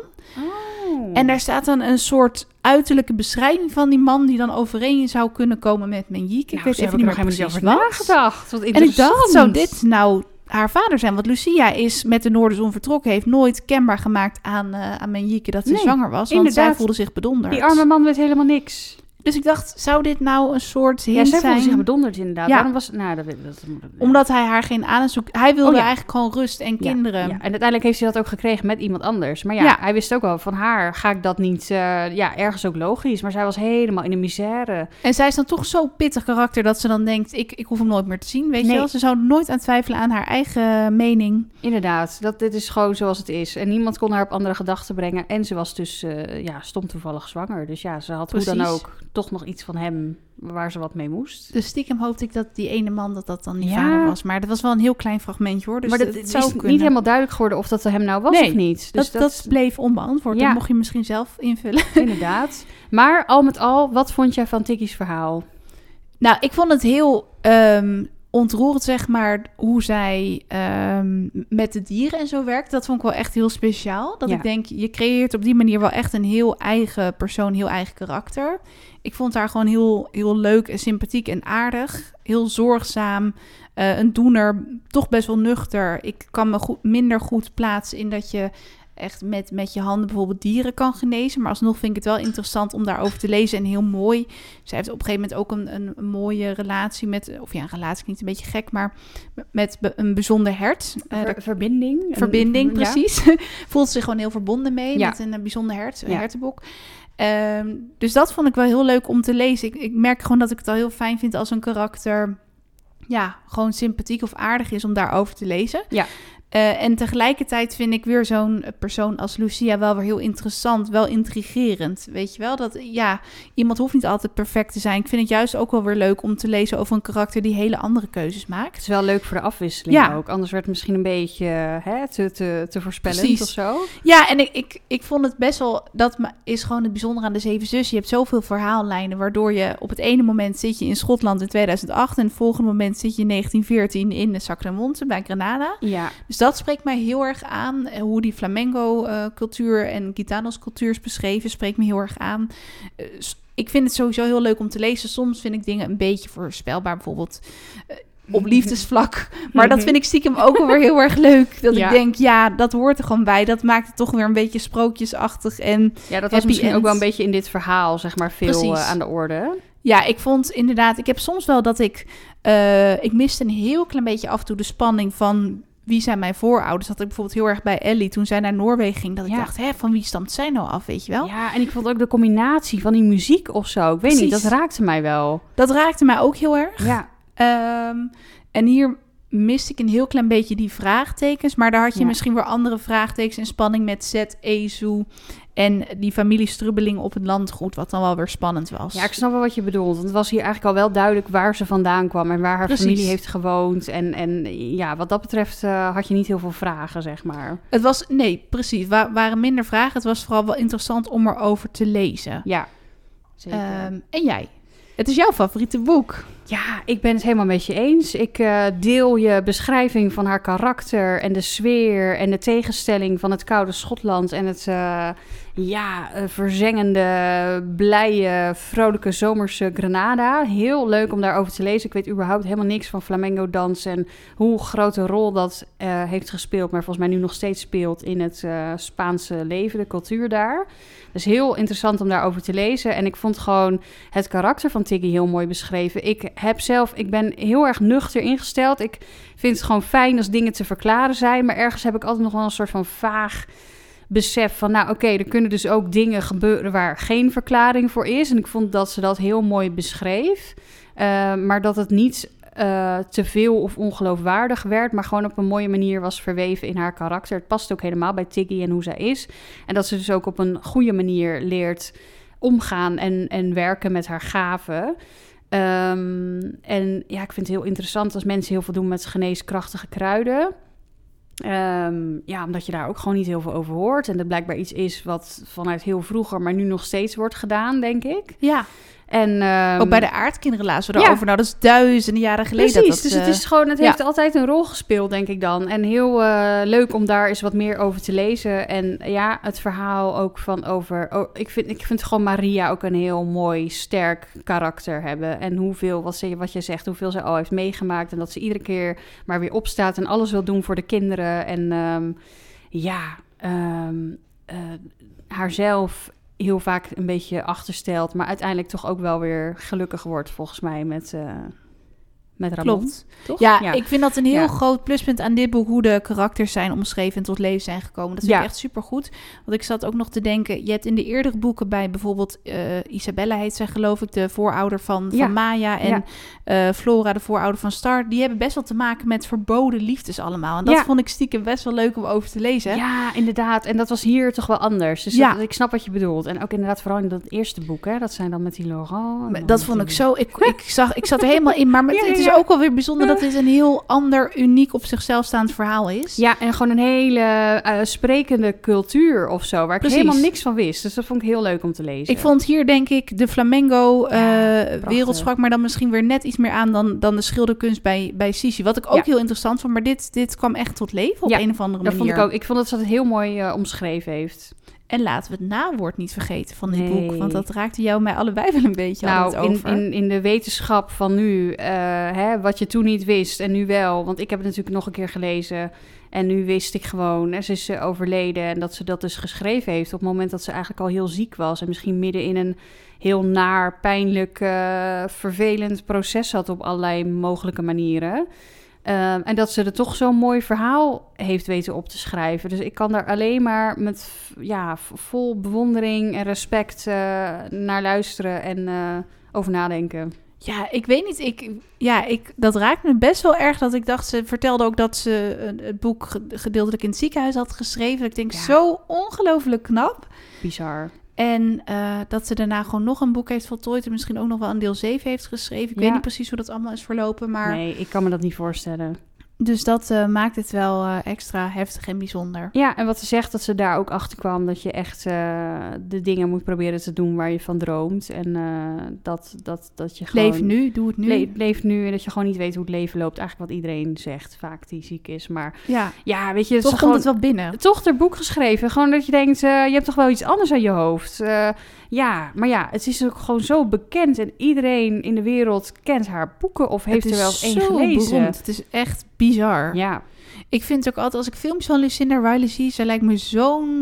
Oh. En daar staat dan een soort uiterlijke beschrijving van die man... die dan overeen zou kunnen komen met Menjike. Nou, ik weet even ik niet meer precies over nagedacht. Wat en ik dacht, zou dit nou haar vader zijn? Want Lucia is met de Noorderzon vertrokken... heeft nooit kenbaar gemaakt aan, uh, aan Menjike dat ze nee, zwanger was. Want inderdaad. zij voelde zich bedonderd. Die arme man weet helemaal niks. Dus ik dacht, zou dit nou een soort hint ja, zij zijn? voelde zich bedonderd inderdaad. Ja. Waarom was nou, dat, dat, dat, dat, Omdat hij haar geen aanzoek... Hij wilde oh, ja. eigenlijk gewoon rust en kinderen. Ja, ja. En uiteindelijk heeft hij dat ook gekregen met iemand anders. Maar ja, Ja. hij wist ook wel, van haar ga ik dat niet... Uh, ja, ergens ook logisch. Maar zij was helemaal in de misère. En zij is dan toch zo'n pittig karakter... dat ze dan denkt, ik, ik hoef hem nooit meer te zien. Weet Nee. je wel? Ze zou nooit aan twijfelen aan haar eigen mening. Inderdaad, dat, dit is gewoon zoals het is. En niemand kon haar op andere gedachten brengen. En ze was dus, uh, ja, stom toevallig zwanger. Dus ja, ze had Precies. hoe dan ook toch nog iets van hem... waar ze wat mee moest. Dus stiekem hoopte ik dat die ene man... dat dat dan die ja. vader was. Maar dat was wel een heel klein fragmentje, hoor. Dus maar dat, het het zou is kunnen. niet helemaal duidelijk geworden... of dat hem nou was nee, of niet. Dus dat, dat, dat bleef onbeantwoord. Ja. Dat mocht je misschien zelf invullen. Inderdaad. Maar al met al, wat vond jij van Tiggy's verhaal? Nou, ik vond het heel... Um, ontroerend, zeg maar, hoe zij um, met de dieren en zo werkt. Dat vond ik wel echt heel speciaal. Dat ja. ik denk, je creëert op die manier wel echt een heel eigen persoon, heel eigen karakter. Ik vond haar gewoon heel, heel leuk en sympathiek en aardig. Heel zorgzaam. Uh, een doener, toch best wel nuchter. Ik kan me goed, minder goed plaatsen in dat je echt met, met je handen bijvoorbeeld dieren kan genezen. Maar alsnog vind ik het wel interessant om daarover te lezen. En heel mooi. Zij heeft op een gegeven moment ook een, een, een mooie relatie met... Of ja, een relatie klinkt een beetje gek, maar met be, een bijzonder hert. Uh, Ver, verbinding. Verbinding, een, precies. Ja. Voelt zich gewoon heel verbonden mee ja. met een, een bijzonder hert, een ja. hertenbok. Um, dus dat vond ik wel heel leuk om te lezen. Ik, ik merk gewoon dat ik het al heel fijn vind als een karakter... ja, gewoon sympathiek of aardig is om daarover te lezen. Ja. Uh, en tegelijkertijd vind ik weer zo'n persoon als Lucia wel weer heel interessant, wel intrigerend. Weet je wel, dat ja, iemand hoeft niet altijd perfect te zijn. Ik vind het juist ook wel weer leuk om te lezen over een karakter die hele andere keuzes maakt. Het is wel leuk voor de afwisseling ja. ook. Anders werd het misschien een beetje hè, te, te, te voorspellend Precies. of zo. Ja, en ik, ik, ik vond het best wel, dat is gewoon het bijzondere aan de Zeven Zussen. Je hebt zoveel verhaallijnen, waardoor je op het ene moment zit je in Schotland in tweeduizend acht... en het volgende moment zit je in negentien veertien in de Sacramonte bij Granada. Ja. Dus dat spreekt mij heel erg aan. Hoe die flamenco-cultuur uh, en gitanos-cultuur is beschreven, spreekt me heel erg aan. Uh, ik vind het sowieso heel leuk om te lezen. Soms vind ik dingen een beetje voorspelbaar, bijvoorbeeld uh, op liefdesvlak. Maar dat vind ik stiekem ook wel weer heel erg leuk. Dat ja. ik denk, ja, dat hoort er gewoon bij. Dat maakt het toch weer een beetje sprookjesachtig. En ja, dat was misschien end. ook wel een beetje in dit verhaal, zeg maar, veel uh, aan de orde. Ja, ik vond inderdaad... Ik heb soms wel dat ik... Uh, ik miste een heel klein beetje af en toe de spanning van... Wie zijn mijn voorouders? Dat ik bijvoorbeeld heel erg bij Ellie, toen zij naar Noorwegen ging, dat ik ja. dacht, hè, van wie stamt zij nou af, weet je wel? Ja, en ik vond ook de combinatie van die muziek of zo. Ik weet Precies. niet, dat raakte mij wel. Dat raakte mij ook heel erg. Ja. Um, en hier miste ik een heel klein beetje die vraagtekens. Maar daar had je Ja. misschien weer andere vraagtekens en spanning met Zet, Ezu en die familiestrubbeling op het landgoed, wat dan wel weer spannend was. Ja, ik snap wel wat je bedoelt. Want het was hier eigenlijk al wel duidelijk waar ze vandaan kwam en waar haar Precies. familie heeft gewoond. En, en ja, wat dat betreft uh, had je niet heel veel vragen, zeg maar. Het was, nee, precies. Wa- waren minder vragen. Het was vooral wel interessant om erover te lezen. Ja, zeker. Um, en jij? Het is jouw favoriete boek. Ja, ik ben het helemaal met je eens. Ik uh, deel je beschrijving van haar karakter en de sfeer en de tegenstelling van het koude Schotland en het uh, ja, uh, verzengende, blije, vrolijke zomerse Granada. Heel leuk om daarover te lezen. Ik weet überhaupt helemaal niks van flamenco dans en hoe grote rol dat uh, heeft gespeeld, maar volgens mij nu nog steeds speelt in het uh, Spaanse leven, de cultuur daar. Dus heel interessant om daarover te lezen. En ik vond gewoon het karakter van Tiggy heel mooi beschreven. Ik heb zelf, ik ben heel erg nuchter ingesteld. Ik vind het gewoon fijn als dingen te verklaren zijn. Maar ergens heb ik altijd nog wel een soort van vaag besef van, nou oké, okay, er kunnen dus ook dingen gebeuren waar geen verklaring voor is. En ik vond dat ze dat heel mooi beschreef. Uh, maar dat het niet uh, te veel of ongeloofwaardig werd, maar gewoon op een mooie manier was verweven in haar karakter. Het past ook helemaal bij Tiggy en hoe zij is. En dat ze dus ook op een goede manier leert omgaan en, en werken met haar gaven. Um, en ja, ik vind het heel interessant als mensen heel veel doen met geneeskrachtige kruiden. Um, ja, omdat je daar ook gewoon niet heel veel over hoort. En dat blijkbaar iets is wat vanuit heel vroeger, maar nu nog steeds wordt gedaan, denk ik. Ja. En, um, ook bij de aardkinderen lazen we ja. erover. Nou, dat is duizenden jaren geleden. Precies, dat dat, dus het is gewoon, het heeft ja. altijd een rol gespeeld, denk ik dan. En heel uh, leuk om daar eens wat meer over te lezen. En ja, het verhaal ook van over... Oh, ik, vind, ik vind gewoon Maria ook een heel mooi, sterk karakter hebben. En hoeveel, wat, ze, wat je zegt, hoeveel ze al heeft meegemaakt. En dat ze iedere keer maar weer opstaat en alles wil doen voor de kinderen. En um, ja, um, uh, haarzelf heel vaak een beetje achterstelt, maar uiteindelijk toch ook wel weer gelukkig wordt, volgens mij, met, uh, met Ramon. Klopt. Toch? Ja, ja, ik vind dat een heel ja. groot pluspunt aan dit boek, hoe de karakters zijn omschreven en tot leven zijn gekomen. Dat vind ja. ik echt supergoed. Want ik zat ook nog te denken, je hebt in de eerdere boeken bij bijvoorbeeld uh, Isabella heet zij, geloof ik, de voorouder van, ja. van Maya en ja. uh, Flora, de voorouder van Star. Die hebben best wel te maken met verboden liefdes allemaal. En dat ja. vond ik stiekem best wel leuk om over te lezen. Ja, inderdaad. En dat was hier toch wel anders. Dus ja. dat, ik snap wat je bedoelt. En ook inderdaad vooral in dat eerste boek, hè. Dat zijn dan met die Laurent. Dat vond ik zo... Ik, ik, zag, ik zat er helemaal in, maar met, ja, het is ja. ook wel weer bijzonder dat dit een heel ander, uniek, op zichzelf staand verhaal is. Ja, en gewoon een hele uh, sprekende cultuur of zo, waar ik Precies. helemaal niks van wist. Dus dat vond ik heel leuk om te lezen. Ik vond hier, denk ik, de flamenco ja, uh, wereld sprak maar dan misschien weer net iets meer aan dan, dan de schilderkunst bij, bij Sisi. Wat ik ook ja. heel interessant vond, maar dit, dit kwam echt tot leven op ja, een of andere dat manier. vond ik ook. Ik vond dat ze het heel mooi uh, omschreven heeft. En laten we het nawoord niet vergeten van dit nee. boek, want dat raakte jou en mij allebei wel een beetje nou, altijd over. In, in, in de wetenschap van nu, uh, hè, wat je toen niet wist en nu wel. Want ik heb het natuurlijk nog een keer gelezen en nu wist ik gewoon, hè, ze is uh, overleden en dat ze dat dus geschreven heeft op het moment dat ze eigenlijk al heel ziek was. En misschien midden in een heel naar, pijnlijk, uh, vervelend proces zat op allerlei mogelijke manieren. Uh, en dat ze er toch zo'n mooi verhaal heeft weten op te schrijven. Dus ik kan daar alleen maar met ja, vol bewondering en respect uh, naar luisteren en uh, over nadenken. Ja, ik weet niet. Ik, ja, ik, dat raakt me best wel erg dat ik dacht... Ze vertelde ook dat ze het boek gedeeltelijk in het ziekenhuis had geschreven. Ik denk, ja. zo ongelooflijk knap. Bizar. En uh, dat ze daarna gewoon nog een boek heeft voltooid... en misschien ook nog wel een deel zeven heeft geschreven. Ik ja. weet niet precies hoe dat allemaal is verlopen, maar... Nee, ik kan me dat niet voorstellen. Dus dat uh, maakt het wel uh, extra heftig en bijzonder. Ja, en wat ze zegt, dat ze daar ook achter kwam... dat je echt uh, de dingen moet proberen te doen waar je van droomt. En uh, dat, dat, dat je gewoon... Leef nu, doe het nu. Le- leef nu en dat je gewoon niet weet hoe het leven loopt. Eigenlijk wat iedereen zegt, vaak die ziek is. Maar ja, ja weet je... Toch komt gewoon, het wel binnen. Toch er boek geschreven. Gewoon dat je denkt, uh, je hebt toch wel iets anders aan je hoofd. Uh, ja, maar ja, het is ook gewoon zo bekend. En iedereen in de wereld kent haar boeken of heeft er wel eens één gelezen. Beroemd. Het is echt bizar. Ja. Ik vind ook altijd, als ik filmpjes van Lucinda Riley zie, zij lijkt me zo'n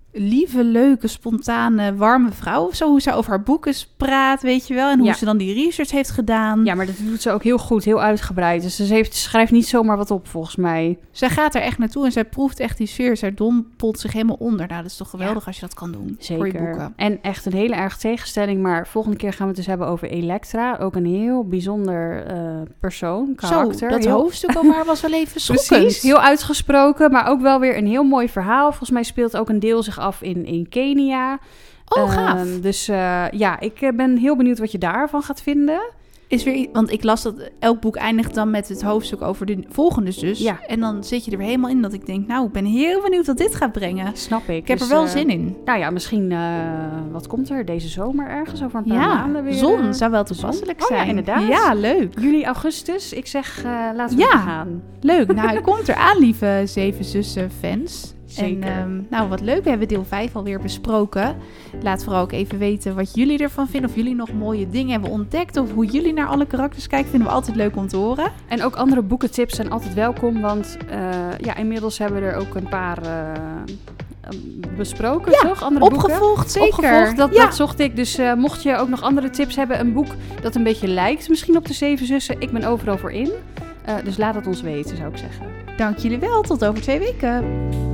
lieve, leuke, spontane, warme vrouw of zo. Hoe ze over haar boeken praat, weet je wel. En hoe Ja. ze dan die research heeft gedaan. Ja, maar dat doet ze ook heel goed, heel uitgebreid. Dus ze heeft, schrijft niet zomaar wat op, volgens mij. Zij gaat er echt naartoe en zij proeft echt die sfeer. Zij dompelt zich helemaal onder. Nou, dat is toch geweldig als je dat kan doen voor je Zeker. boeken. En echt een hele erg tegenstelling. Maar volgende keer gaan we het dus hebben over Elektra. Ook een heel bijzonder eh, persoon, karakter. Zo, dat heel... hoofdstuk over haar was wel even schokkend. Precies, heel uitgesproken, maar ook wel weer een heel mooi verhaal. Volgens mij speelt ook een deel zich af in, in Kenia. Oh, gaaf. Um, dus uh, ja, ik uh, ben heel benieuwd wat je daarvan gaat vinden. Is weer, want ik las dat elk boek eindigt dan met het hoofdstuk over de volgende zus. Ja. En dan zit je er weer helemaal in dat ik denk, nou, ik ben heel benieuwd wat dit gaat brengen. Snap ik. Ik heb dus, er wel uh, zin in. Nou ja, misschien, uh, wat komt er deze zomer ergens over een paar Ja, maanden weer? zon uh, zou wel toepasselijk zon. zijn. Oh, ja, inderdaad. Ja, leuk. Juli, augustus. Ik zeg, uh, laten we Ja. er gaan. Leuk. Nou, het komt eraan, lieve Zeven Zussen fans. Zeker. En um, nou, wat leuk. We hebben deel vijf alweer besproken. Laat vooral ook even weten wat jullie ervan vinden. Of jullie nog mooie dingen hebben ontdekt. Of hoe jullie naar alle karakters kijken. Vinden we altijd leuk om te horen. En ook andere boekentips zijn altijd welkom. Want uh, ja, inmiddels hebben we er ook een paar uh, besproken, ja, toch? Andere opgevolgd, boeken. zeker. Opgevolgd, dat, ja. dat zocht ik. Dus uh, mocht je ook nog andere tips hebben. Een boek dat een beetje lijkt misschien op de Zeven Zussen. Ik ben overal voor in. Uh, dus laat het ons weten, zou ik zeggen. Dank jullie wel. Tot over twee weken.